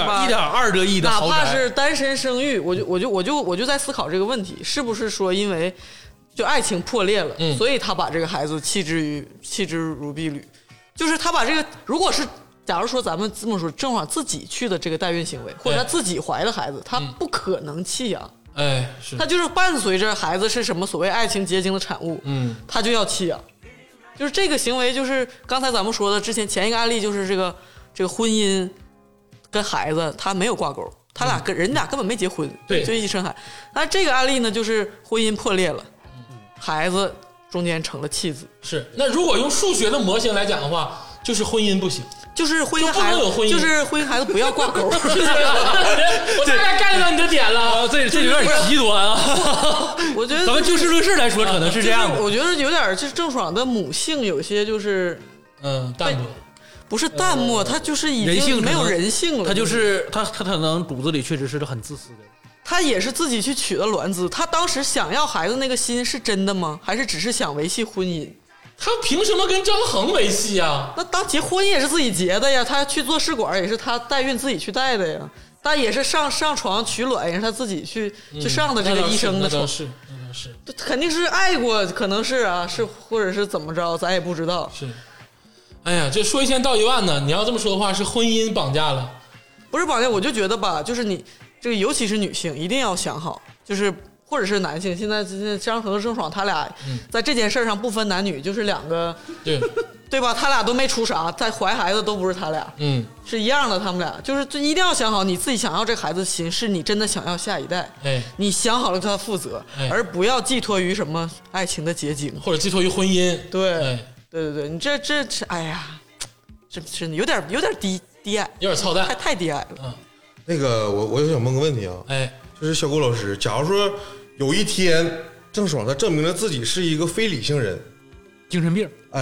，1.2个亿的豪宅， 哪怕是单身生育，我就在思考这个问题，是不是说因为就爱情破裂了，所以他把这个孩子弃之如敝履，就是他把这个如果是假如说咱们这么说，郑爽自己去的这个代孕行为，或者她自己怀的孩子，她不可能弃养。 哎，是， 她就是伴随着孩子是什么所谓爱情结晶的产物，她就要弃养。就是这个行为，就是刚才咱们说的之前前一个案例，就是这个婚姻跟孩子他没有挂钩，他俩人俩根本没结婚， 对， 就一起生孩子。但这个案例呢，就是婚姻破裂了，孩子中间成了弃子。 是，那如果用数学的模型来讲的话，就是婚姻不行， 就是婚姻孩子就是婚姻孩子不要挂钩。 我大概 get 到你的点了， 这有点极端啊。 我觉得咱们就事论事来说，可能是这样的。 我觉得有点就是郑爽的母性有些就是淡漠。 不是淡漠，他就是已经没有人性了。 他就是他可能骨子里确实是个很自私的人。 他也是自己去取的卵子，他当时想要孩子那个心是真的吗？还是只是想维系婚姻？ 他凭什么跟张恒维系啊？ 那当结婚也是自己结的呀，他去做试管也是他代孕自己去带的呀，他也是上床取卵也是他自己去上的这个医生的床。 是， 肯定是爱过，可能是啊，是或者是怎么着，咱也不知道。 是。哎呀，这说一千道一万呢！你要这么说的话，是婚姻绑架了， 不是绑架。我就觉得吧，就是你这个，尤其是女性，一定要想好，就是或者是男性。现在张恒和郑爽他俩在这件事上不分男女，就是两个，对吧？他俩都没出啥，在怀孩子都不是他俩，是一样的。他们俩就是一定要想好，你自己想要这个孩子的心，是你真的想要下一代，你想好了对他负责，而不要寄托于什么爱情的结晶， 或者寄托于婚姻， 对，你这，哎呀，这真的有点低矮， 有点操蛋， 太低矮了。 那个我想问个问题啊，就是小郭老师，假如说有一天郑爽她证明了自己是一个非理性人， 精神病，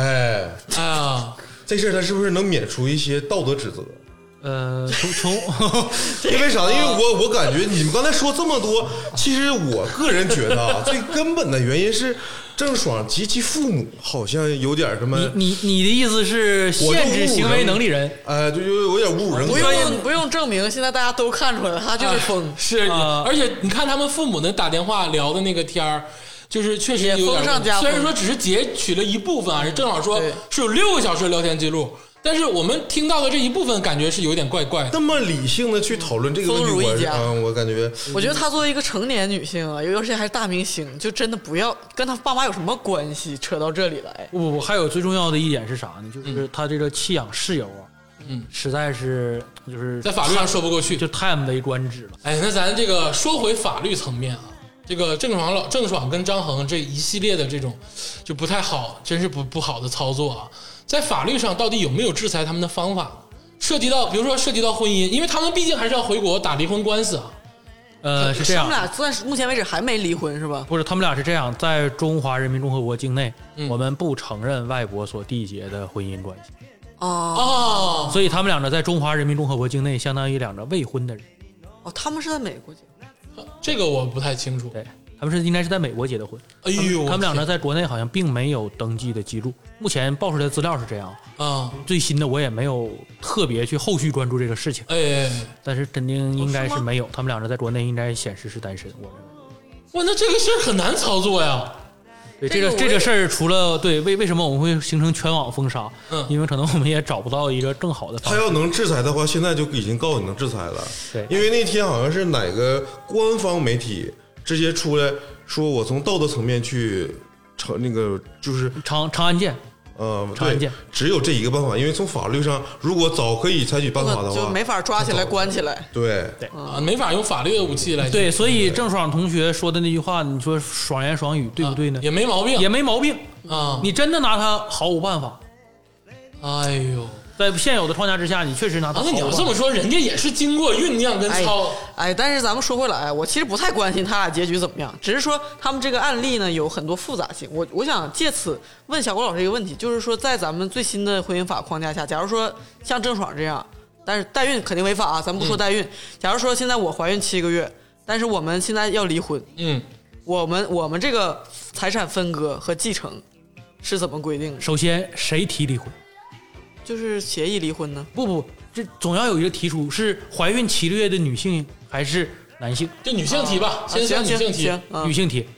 这事儿她是不是能免除一些道德指责？ 从因为啥？因为我感觉你们刚才说这么多，其实我个人觉得啊，最根本的原因是郑爽及其父母好像有点什么。 你的意思是限制行为能力人？ 就有点侮辱人。 不用证明，现在大家都看出来了，他就是疯。 是，而且你看他们父母打电话聊的那个天儿。就是确实有点，虽然说只是截取了一部分啊，郑爽说是有6个小时的聊天记录，但是我们听到的这一部分感觉是有点怪怪的。 那么理性的去讨论这个问题，我感觉， 我觉得她作为一个成年女性啊，尤其还是大明星，就真的不要跟她爸妈有什么关系，扯到这里来。 不，还有最重要的一点是啥呢？就是她这个弃养室友啊，实在是就是在法律上说不过去， 就太没官职了。 哎，那咱这个说回法律层面啊。这个郑爽跟张恒这一系列的这种就不太好，真是不好的操作啊！在法律上到底有没有制裁他们的方法？比如说涉及到婚姻，因为他们毕竟还是要回国打离婚官司啊。 是这样， 他们俩暂时目前为止还没离婚是吧？ 不是，他们俩是这样，在中华人民共和国境内，我们不承认外国所缔结的婚姻关系。所以他们两个在中华人民共和国境内，相当于两个未婚的人。 他们是在美国结婚。 这个我不太清楚， 对，他们应该是在美国结的婚。 哎呦， 他们两个在国内好像并没有登记的记录，目前报出来的资料是这样啊。最新的我也没有特别去后续关注这个事情，但是肯定应该是没有。他们两个在国内应该显示是单身，我认为。 哇，那这个事儿很难操作呀。 对，这个事儿除了为什么我们会形成全网封杀？因为可能我们也找不到一个更好的方法。 他要能制裁的话，现在就已经告诉你能制裁了。 对， 因为那天好像是哪个官方媒体直接出来说，我从道德层面去那个就是长安舰。长安舰只有这一个办法，因为从法律上，如果早可以采取办法的话， 就没法抓起来关起来。 对， 没法用法律的武器来。 对，所以郑爽同学说的那句话，你说爽言爽语对不对呢？ 也没毛病， 也没毛病啊！ 你真的拿他毫无办法。 哎呦， 在现有的框架之下，你确实拿他毫无办法。 那你要这么说，人家也是经过酝酿跟操。 但是咱们说回来，我其实不太关心他俩结局怎么样，只是说他们这个案例呢有很多复杂性。我想借此问小郭老师一个问题，就是说在咱们最新的婚姻法框架下，假如说像郑爽这样，但是代孕肯定违法啊，咱们不说代孕。假如说现在我怀孕7个月，但是我们现在要离婚，我们这个财产分割和继承是怎么规定的？ 首先，谁提离婚？ 就是协议离婚呢？ 不，这总要有一个提出，是怀孕7个月的女性还是男性？ 就女性提吧，先女性提， 女性提。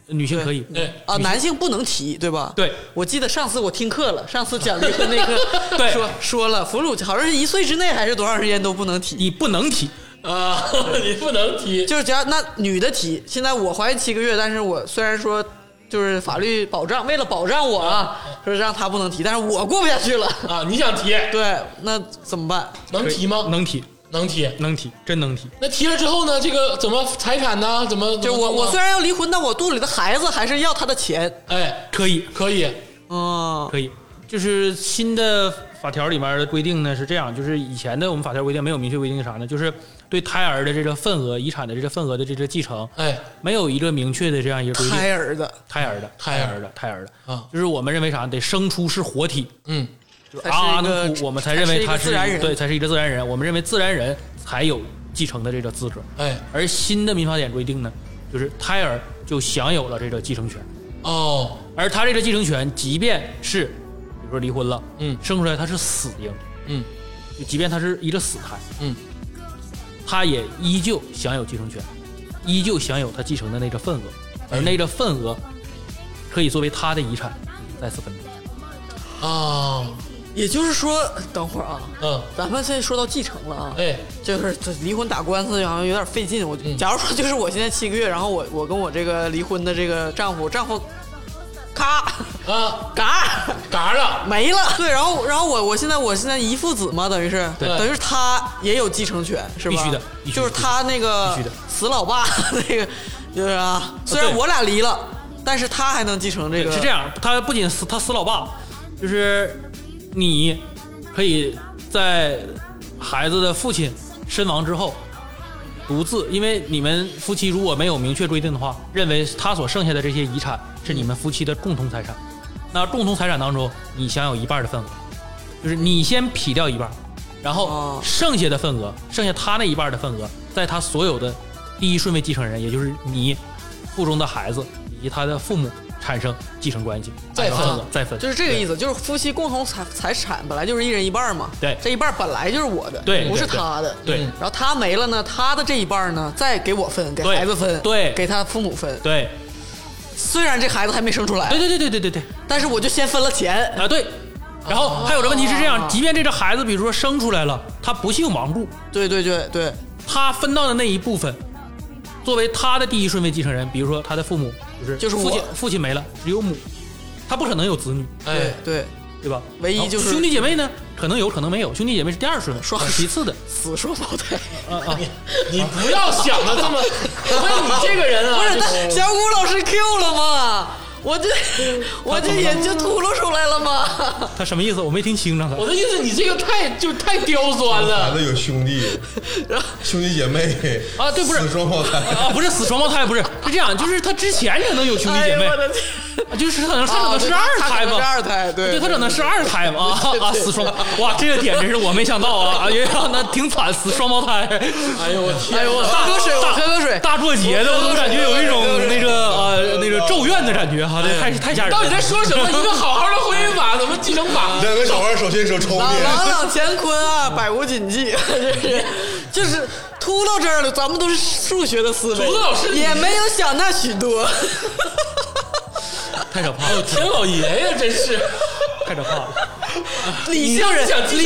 女性可以。 对啊，男性不能提，对吧？ 对， 我记得上次我听课了，上次讲离婚那课对说了，哺乳好像是1岁之内还是多长时间都不能提， 你不能提。 啊，你不能提， 就是只要那女的提。现在我怀孕7个月，但是我虽然说就是法律保障，为了保障我啊，说让她不能提，但是我过不下去了啊！你想提？ 对，那怎么办？ 能提吗？ 能提， 能提， 能提，真能提。 那提了之后呢？这个怎么财产呢？怎么？ 就我虽然要离婚，但我肚里的孩子还是要他的钱。 哎， 可以， 可以， 可以。就是新的法条里面的规定呢是这样，就是以前的我们法条规定没有明确规定啥呢？就是对胎儿的这个份额、遗产的这个份额的这个继承， 哎， 没有一个明确的这样一个规定。 胎儿的啊，就是我们认为啥，得生出是活体，就是能哭，我们才认为他是对，才是一个自然人。我们认为自然人才有继承的这个资格。 哎， 而新的民法典规定呢，就是胎儿就享有了这个继承权。 哦， 而他这个继承权，即便是比如说离婚了，生出来他是死婴，就即便他是一个死胎，他也依旧享有继承权，依旧享有他继承的那个份额，而那个份额可以作为他的遗产再次分配。 啊， 也就是说，等会儿啊，咱们现在说到继承了啊， 哎， 就是这离婚打官司好像有点费劲。假如说就是我现在7个月，然后我跟我这个离婚的这个丈夫，咔啊嘎了没了。对，然后我现在一父子嘛，等于是他也有继承权，是吧？ 必须的， 就是他那个死老爸那个，就是啊，虽然我俩离了，但是他还能继承这个。 是这样，他不仅他死老爸，就是你可以在孩子的父亲身亡之后，独自，因为你们夫妻如果没有明确规定的话，认为他所剩下的这些遗产是你们夫妻的共同财产。那共同财产当中，你享有1半的份额，就是你先劈掉1半，然后剩下的份额，剩下他那1半的份额，在他所有的第一顺位继承人，也就是你腹中的孩子以及他的父母产生继承关系，再分， 就是这个意思，就是夫妻共同财产本来就是1人1半嘛， 对， 这1半本来就是我的， 对， 不是他的， 对， 然后他没了呢，他的这1半呢，再给我分，给孩子分， 对， 给他父母分， 对。 虽然这孩子还没生出来， 对， 但是我就先分了钱啊，对。然后还有个问题是这样，即便这个孩子比如说生出来了，他不幸亡故， 对， 他分到的那一部分，作为他的第一顺位继承人，比如说他的父母就是父亲没了，只有母，他不可能有子女，对吧？ 唯一就是兄弟姐妹呢，可能有可能没有，兄弟姐妹是第2顺位，其次的死双胞胎你不要想的这么，你这个人啊， 不是小谷老师 Q 了吗？我这也就秃噜出来了吗？ 他什么意思？我没听清楚。 我的意思，你这个太刁钻了。 孩子有兄弟姐妹啊，对，不是死双胞胎啊，不是死双胞胎，不是是这样，就是他之前可能有兄弟姐妹，就是可能是2胎嘛， 是2胎，对， 他可能是2胎嘛死双，哇，这个点真是我没想到啊，那挺惨，死双胞胎。 哎呦我天， 我喝口水， 大过节的，我都感觉有一种那个咒怨的感觉。好的，太吓人了！ 到底在说什么？一个好好的婚姻法，怎么继承法 ？2个小孩手牵手抽烟， 朗乾坤啊，百无禁忌，就是秃到这儿了。咱们都是数学的思维， 老师也没有想那许多， 太可怕了！ 天老爷呀，真是太可怕了！ 理性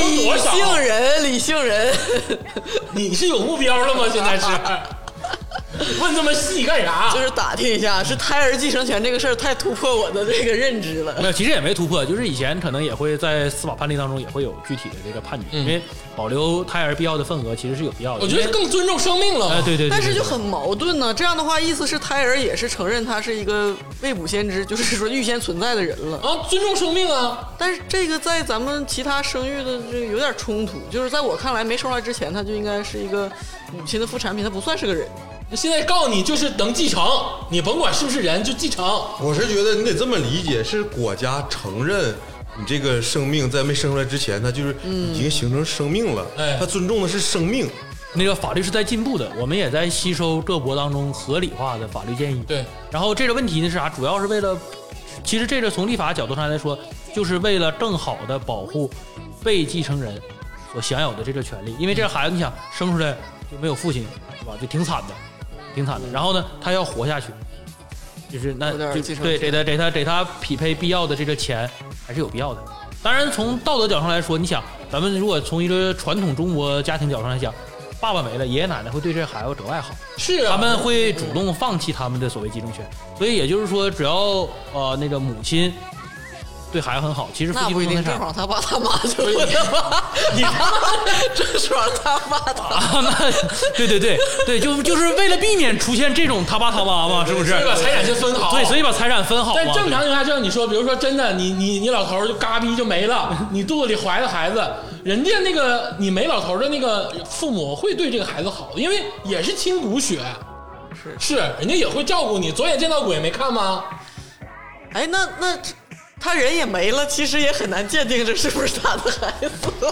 人， 你是有目标了吗？现在是？问这么细干啥？ 就是打听一下，是胎儿继承权这个事儿太突破我的这个认知了。 没有，其实也没突破，就是以前可能也会在司法判例当中也会有具体的这个判决，因为保留胎儿必要的份额其实是有必要的。 我觉得是更尊重生命了。 对。 但是就很矛盾呢。这样的话，意思是胎儿也是承认他是一个未卜先知，就是说预先存在的人了啊，尊重生命啊。 但是这个在咱们其他生育的这个有点冲突，就是在我看来，没生出来之前，他就应该是一个母亲的副产品，他不算是个人。 现在告诉你就是能继承，你甭管是不是人就继承。 我是觉得你得这么理解，是国家承认你这个生命在没生出来之前，它就是已经形成生命了，它尊重的是生命。 那个法律是在进步的，我们也在吸收各国当中合理化的法律建议。 对， 然后这个问题呢是啥？主要是为了，其实这个从立法角度上来说，就是为了更好的保护被继承人所享有的这个权利。因为这个孩子你想生出来就没有父亲，是吧？就挺惨的。然后呢，他要活下去， 就是那就对给他匹配必要的这个钱还是有必要的。当然从道德角度上来说，你想咱们如果从一个传统中国家庭角度上来讲，爸爸没了，爷爷奶奶会对这孩子格外好， 是啊， 他们会主动放弃他们的所谓继承权，所以也就是说，只要那个母亲对孩子很好，其实夫妻那不一定，郑爽他爸他妈就会吧？你郑爽他爸他妈， 对，就是为了避免出现这种他爸他妈嘛，是不是？ 所以把财产先分好， 对，所以把财产分好嘛。 但正常情况下，就像你说，比如说真的，你老头就嘎逼就没了，你肚子里怀的孩子，人家那个你没老头的那个父母会对这个孩子好，因为也是亲骨血，是，人家也会照顾你。左眼见到鬼没看吗？ 哎，那他人也没了，其实也很难鉴定这是不是他的孩子。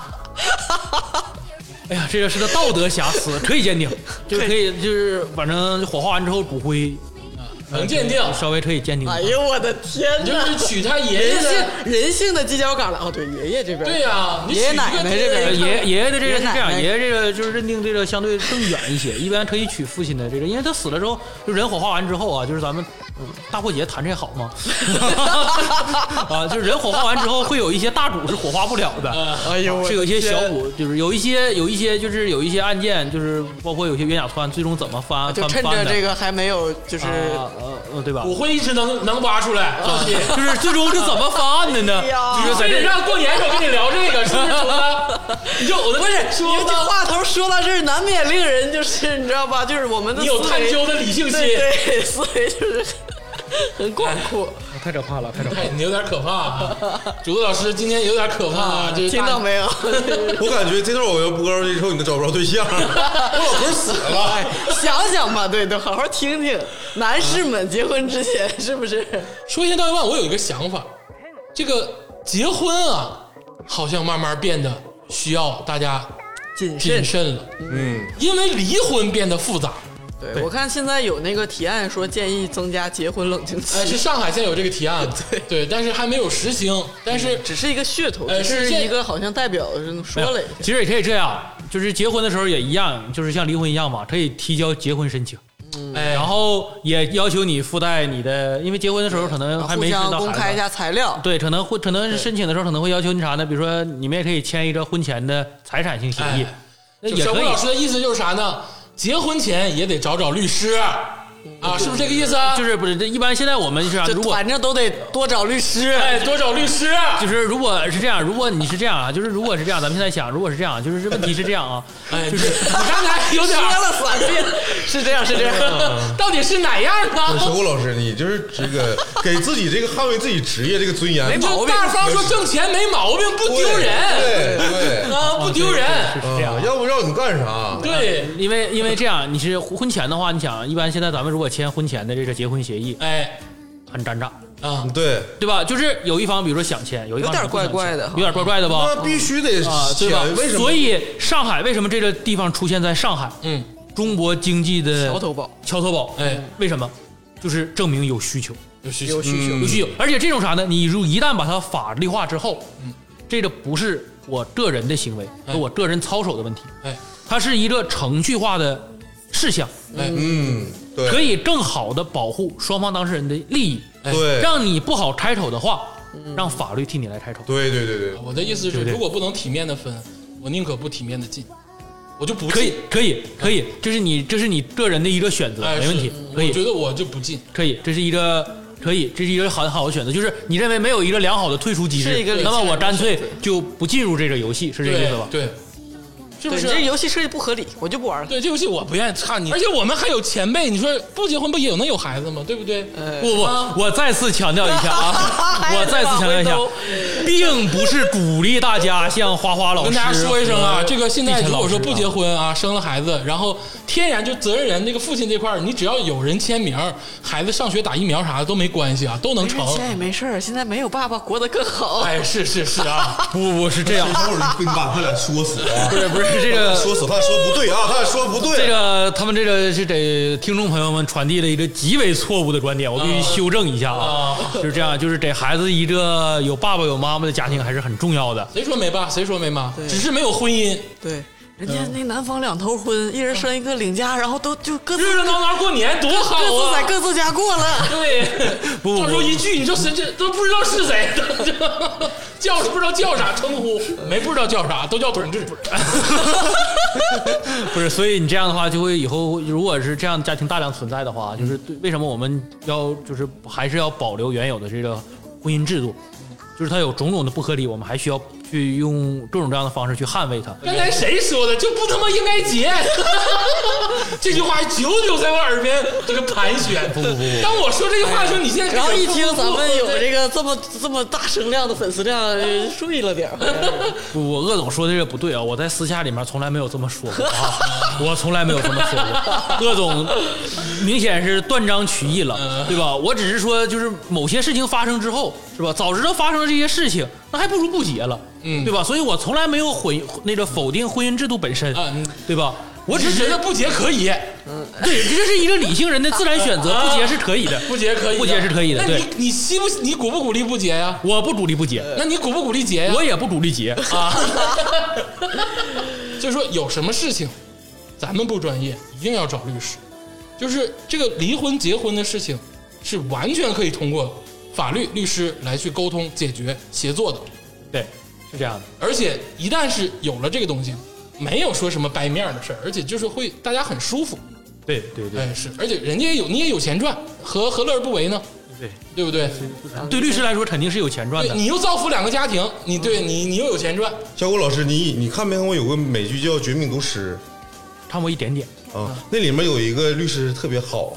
哎呀，这个是个道德瑕疵，可以鉴定，就可以就是反正火化完之后骨灰能鉴定， 稍微可以鉴定。 哎呦我的天哪！ 就是取他爷爷的人性的犄角旮旯。哦，对，爷爷这边。 对呀， 爷爷奶奶这边， 爷爷的这个是这样，爷爷这个就是认定这个相对更远一些，一般可以取父亲的这个，因为他死了之后，就人火化完之后啊，就是咱们大过节谈这好吗？啊，就是人火化完之后会有一些大骨是火化不了的， 哎呦， 是有一些小骨，就是有一些就是有一些案件，就是包括有些冤假错案，最终怎么翻就趁着这个还没有就是对吧？ 骨灰一直能挖出来， 就是最终是怎么翻案的呢？ 就是在这让过年时候跟你聊这个，是不是？你就不是说这话头说到这儿，难免令人就是你知道吧？就是我们的你有探究的理性心， 对，思维就是很广阔。 太可怕了， 你有点可怕。主子老师今天有点可怕， 听到没有？ 我感觉这段我要播上去之后，你都找不着对象，我老头死了。 想想吧，对，好好听听，男士们结婚之前是不是？ 说一千道一万，我有一个想法，这个结婚啊，好像慢慢变得需要大家谨慎了，因为离婚变得复杂。 对，我看现在有那个提案说建议增加结婚冷静期， 是上海现在有这个提案，对，但是还没有实行，但是只是一个噱头，是一个好像代表说了一下。 其实也可以这样，就是结婚的时候也一样，就是像离婚一样嘛，可以提交结婚申请，然后也要求你附带你的，因为结婚的时候可能还没知道公开一下材料， 对，可能申请的时候可能会要求你啥呢？比如说你们也可以签一个婚前的财产性协议，也可以。 小郭老师的意思就是啥呢？结婚前也得找律师啊，是不是这个意思啊？ 就是不是一般现在我们是如果反正都得多找律师， 多找律师。 就是如果是这样，如果你是这样啊，就是如果是这样，咱们现在想，如果是这样，就是这问题是这样啊，就是你刚才有点说了3遍，是这样， 到底是哪样呢？ 小郭老师，你就是这个给自己这个捍卫自己职业这个尊严， 没毛病。 大方说挣钱没毛病，不丢人， 对啊，不丢人， 是这样。 要不让你干啥？ 对， 因为这样，你是婚前的话，你想，一般现在咱们如果签婚前的这个结婚协议，很尴尬啊， 对吧？就是有一方比如说想签，有一方有点怪怪的， 有点怪怪的吧？ 那必须得对吧？ 为什么？ 所以上海为什么这个地方出现在上海？中国经济的桥头堡， 为什么？就是证明有需求， 有需求， 而且这种啥呢？你一旦把它法律化之后，这个不是我个人的行为和我个人操守的问题，它是一个程序化的事项， 对， 可以更好的保护双方当事人的利益， 对， 让你不好开口的话，让法律替你来开口。 对， 我的意思是，如果不能体面的分，我宁可不体面的进，我就不进。可以，这是你个人的一个选择，没问题。可以， 我觉得我就不进。 可以，这是一个很好的选择，就是你认为没有一个良好的退出机制，那么我干脆就不进入这个游戏，是这个意思吧？ 对。是不是这游戏设计不合理，我就不玩了。 对，这游戏我不愿意看你，而且我们还有前辈，你说不结婚不也能有孩子吗？对不对？ 不，我再次强调一下啊，并不是鼓励大家像花花老师跟大家说一声啊，这个现在如果说不结婚啊，生了孩子，然后天然就责任人那个父亲这块，你只要有人签名，孩子上学打疫苗啥的都没关系啊，都能成。 现在也没事，现在没有爸爸过得更好。 是啊， 不是这样， 会把他俩说死啊！ 不是这个说死，他说不对啊，他说不对。 这个他们这个是给听众朋友们传递了一个极为错误的观点，我必须修正一下啊。就是这样，就是给孩子一个有爸爸有妈妈的家庭还是很重要的。 谁说没爸，谁说没妈，只是没有婚姻。 对。 人家那男方2头婚，一人生一个领家，然后都就各自热热闹闹过年多好啊！ 各自在各自家过了。 对，到时候一聚，你说谁这都不知道是谁的，叫不知道叫啥称呼，没不知道叫啥，都叫同志。 不是，所以你这样的话，就会以后如果是这样家庭大量存在的话，就是对为什么我们要就是还是要保留原有的这个婚姻制度，就是它有种种的不合理，我们还需要去用各种各样的方式去捍卫它。 刚才谁说的？就不他妈应该结？这句话久久在我耳边这个盘旋。不。当我说这句话的时候，你现在然后一听咱们有这个这么大声量的粉丝量，睡了点。 我鄂总说的这个不对啊，我在私下里面从来没有这么说过啊，我从来没有这么说过。鄂总明显是断章取义了，对吧？我只是说，就是某些事情发生之后，是吧？早知道发生了这些事情，那还不如不结了，对吧？所以我从来没有否定婚姻制度本身，对吧？我只是觉得不结可以， 对，这是一个理性人的自然选择，不结是可以的， 不结可以， 不结是可以的。对， 你鼓不鼓励不结呀？ 我不鼓励不结。 那你鼓不鼓励结呀？ 我也不鼓励结啊。 就是说有什么事情，咱们不专业，一定要找律师。就是这个离婚结婚的事情，是完全可以通过法律律师来去沟通解决协作的。 对，是这样的。 而且一旦是有了这个东西，没有说什么掰面的事儿，而且就是会大家很舒服。 对， 哎是，而且人家你也有钱赚，何乐而不为呢？对不对？ 对律师来说肯定是有钱赚的。 你又造福2个家庭，你又有钱赚。 小谷老师，你看没看过有个美剧叫《绝命毒师》？ 看过一点点啊，那里面有一个律师特别好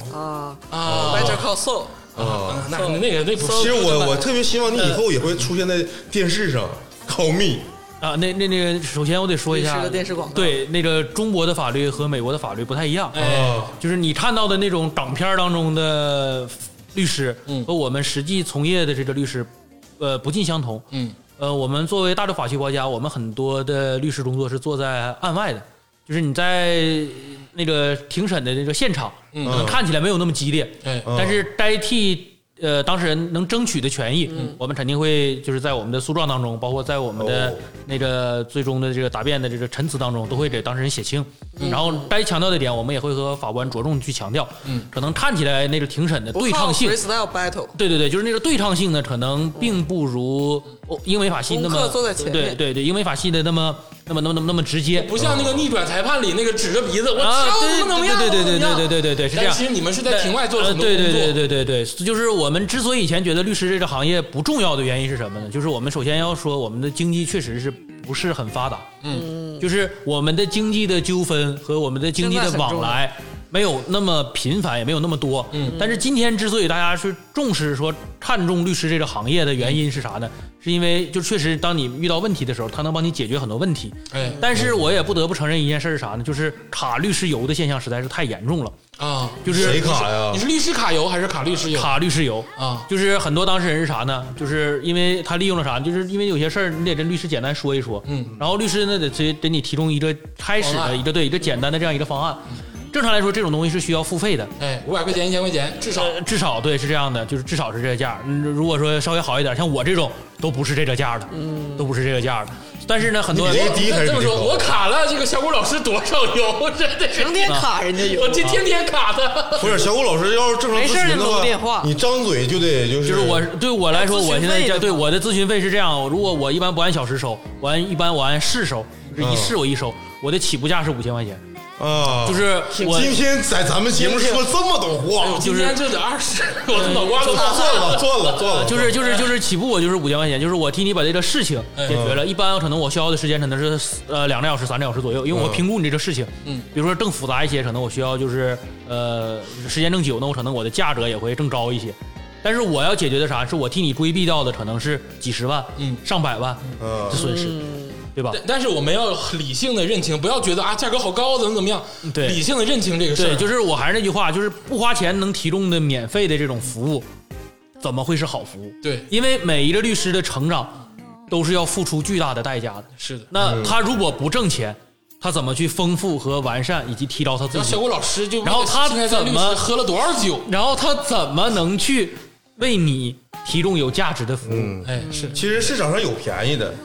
Better Call Saul。 那不是。 其实我特别希望你以后也会出现在电视上，Call me。 啊，那个，首先我得说一下， 是个电视广告。 对，那个中国的法律和美国的法律不太一样，就是你看到的那种港片当中的律师，和我们实际从业的这个律师，不尽相同。我们作为大陆法系国家，我们很多的律师工作是做在案外的，就是你在那个庭审的这个现场，可能看起来没有那么激烈，但是代替当事人能争取的权益，我们肯定会就是在我们的诉状当中，包括在我们的那个最终的这个答辩的这个陈词当中，都会给当事人写清。然后该强调的点，我们也会和法官着重去强调。可能看起来那个庭审的对唱性，对，就是那个对唱性呢，可能并不如英美法系那么对，英美法系的那么直接， 不像那个逆转裁判里那个指着鼻子，我敲怎么样？ 对，是这样。 其实你们是在庭外做很多工作。 对，就是我们之所以以前觉得律师这个行业不重要的原因是什么呢？就是我们首先要说，我们的经济确实是不是很发达，就是我们的经济的纠纷和我们的经济的往来没有那么频繁，也没有那么多。但是今天之所以大家是重视说看重律师这个行业的原因是啥呢？是因为就确实当你遇到问题的时候，他能帮你解决很多问题。但是我也不得不承认一件事是啥呢？就是卡律师油的现象实在是太严重了啊！就是谁卡呀？ 你是律师卡油还是卡律师油？ 卡律师油啊！就是很多当事人是啥呢？就是因为他利用了啥？就是因为有些事儿你得跟律师简单说一说，然后律师呢得给你提供一个开始的一个简单的这样一个方案。正常来说，这种东西是需要付费的 ，500块钱、1000块钱，至少对是这样的，就是至少是这个价。如果说稍微好一点，像我这种都不是这个价的，都不是这个价的。但是呢，很多人这么说，我卡了这个小谷老师多少油，真的成天卡人家油， 我天天卡他。 不是小谷老师要是正常咨询的话，你张嘴就得就是我对我来说，我现在对我的咨询费是这样，如果我一般不按小时收，我按市收，一市我一收，我的起步价是5000块钱。就是我今天在咱们节目说这么多话， 今天就得20，我的脑瓜都做了， 就是起步我就是5000块钱，就是我替你把这个事情解决了。一般可能我需要的时间可能是2个小时、3个小时左右，因为我评估你这个事情，比如说更复杂一些，可能我需要就是时间更久，那我可能我的价格也会更高一些。但是我要解决的啥，是我替你规避掉的可能是几十万、上百万的损失。对吧？ 但是我们要理性的认清，不要觉得价格好高，怎么样？ 对， 理性的认清这个事儿。 对，就是我还是那句话，就是不花钱能提供的免费的这种服务，怎么会是好服务？ 对， 因为每一个律师的成长都是要付出巨大的代价的。 是的， 那他如果不挣钱，他怎么去丰富和完善以及提高他自己？ 小谷老师就， 然后他怎么喝了多少酒？ 然后他怎么能去为你提供有价值的服务？ 是。 其实市场上有便宜的。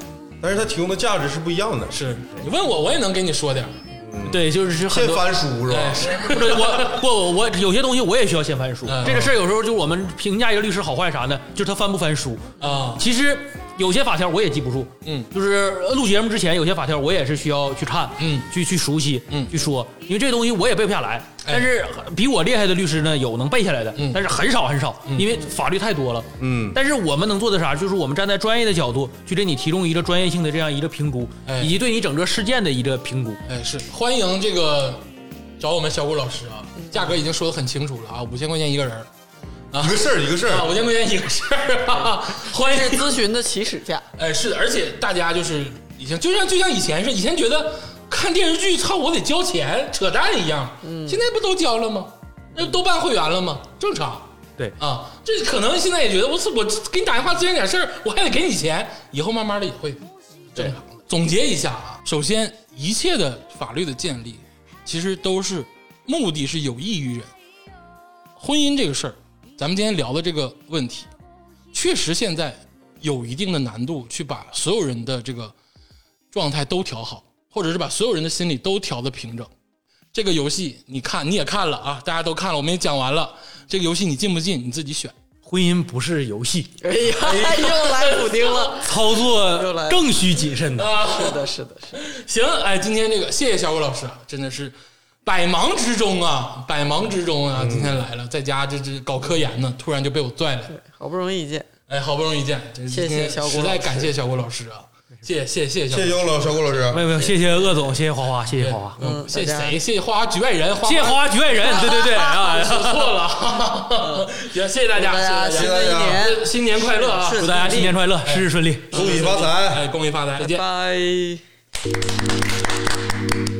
但是它提供的价值是不一样的。 是你问我也能给你说点。 对，就是很多现翻书是吧？ 我有些东西我也需要现翻书。这个事儿有时候就我们评价一个律师好坏啥呢，就是他翻不翻书啊。其实有些法条我也记不住，就是录节目之前有些法条我也是需要去看，去熟悉，去说，因为这个东西我也背不下来。但是比我厉害的律师呢，有能背下来的，但是很少很少，因为法律太多了。但是我们能做的啥，就是我们站在专业的角度，去给你提供一个专业性的这样一个评估，以及对你整个事件的一个评估。 是欢迎这个找我们小谷老师啊，价格已经说得很清楚了啊，5000块钱一个人。 一个事儿 ，5000块钱一个事儿啊！欢迎是咨询的起始价。 是的，而且大家就是以前就像以前是，以前觉得看电视剧操我得交钱，扯淡一样。现在不都交了吗？那都办会员了吗？正常。 对啊，这可能现在也觉得我给你打电话咨询点事儿，我还得给你钱，以后慢慢的也会正常的。总结一下啊，首先一切的法律的建立，其实都是目的是有益于人。婚姻这个事儿。咱们今天聊的这个问题，确实现在有一定的难度，去把所有人的这个状态都调好，或者是把所有人的心理都调得平整。这个游戏你也看了啊，大家都看了，我们也讲完了。这个游戏你进不进你自己选。 婚姻不是游戏， 哎呀，又来补丁了， 操作更需谨慎的。 是的。 行，今天这个谢谢小谷老师啊，真的是。百忙之中啊，今天来了，在家这搞科研呢，突然就被我拽来了， 好不容易见， 好不容易见， 谢谢小谷， 实在感谢小谷老师啊，谢谢小谷老师， 没有，谢谢鄂总，谢谢花花，谢谢花花， 谢谢谁？谢谢花花局外人， 谢谢花花局外人，对啊， 说错了，行，谢谢大家， 新的一年新年快乐啊， 祝大家新年快乐，事事顺利， 恭喜发财， 恭喜发财，再见， 拜。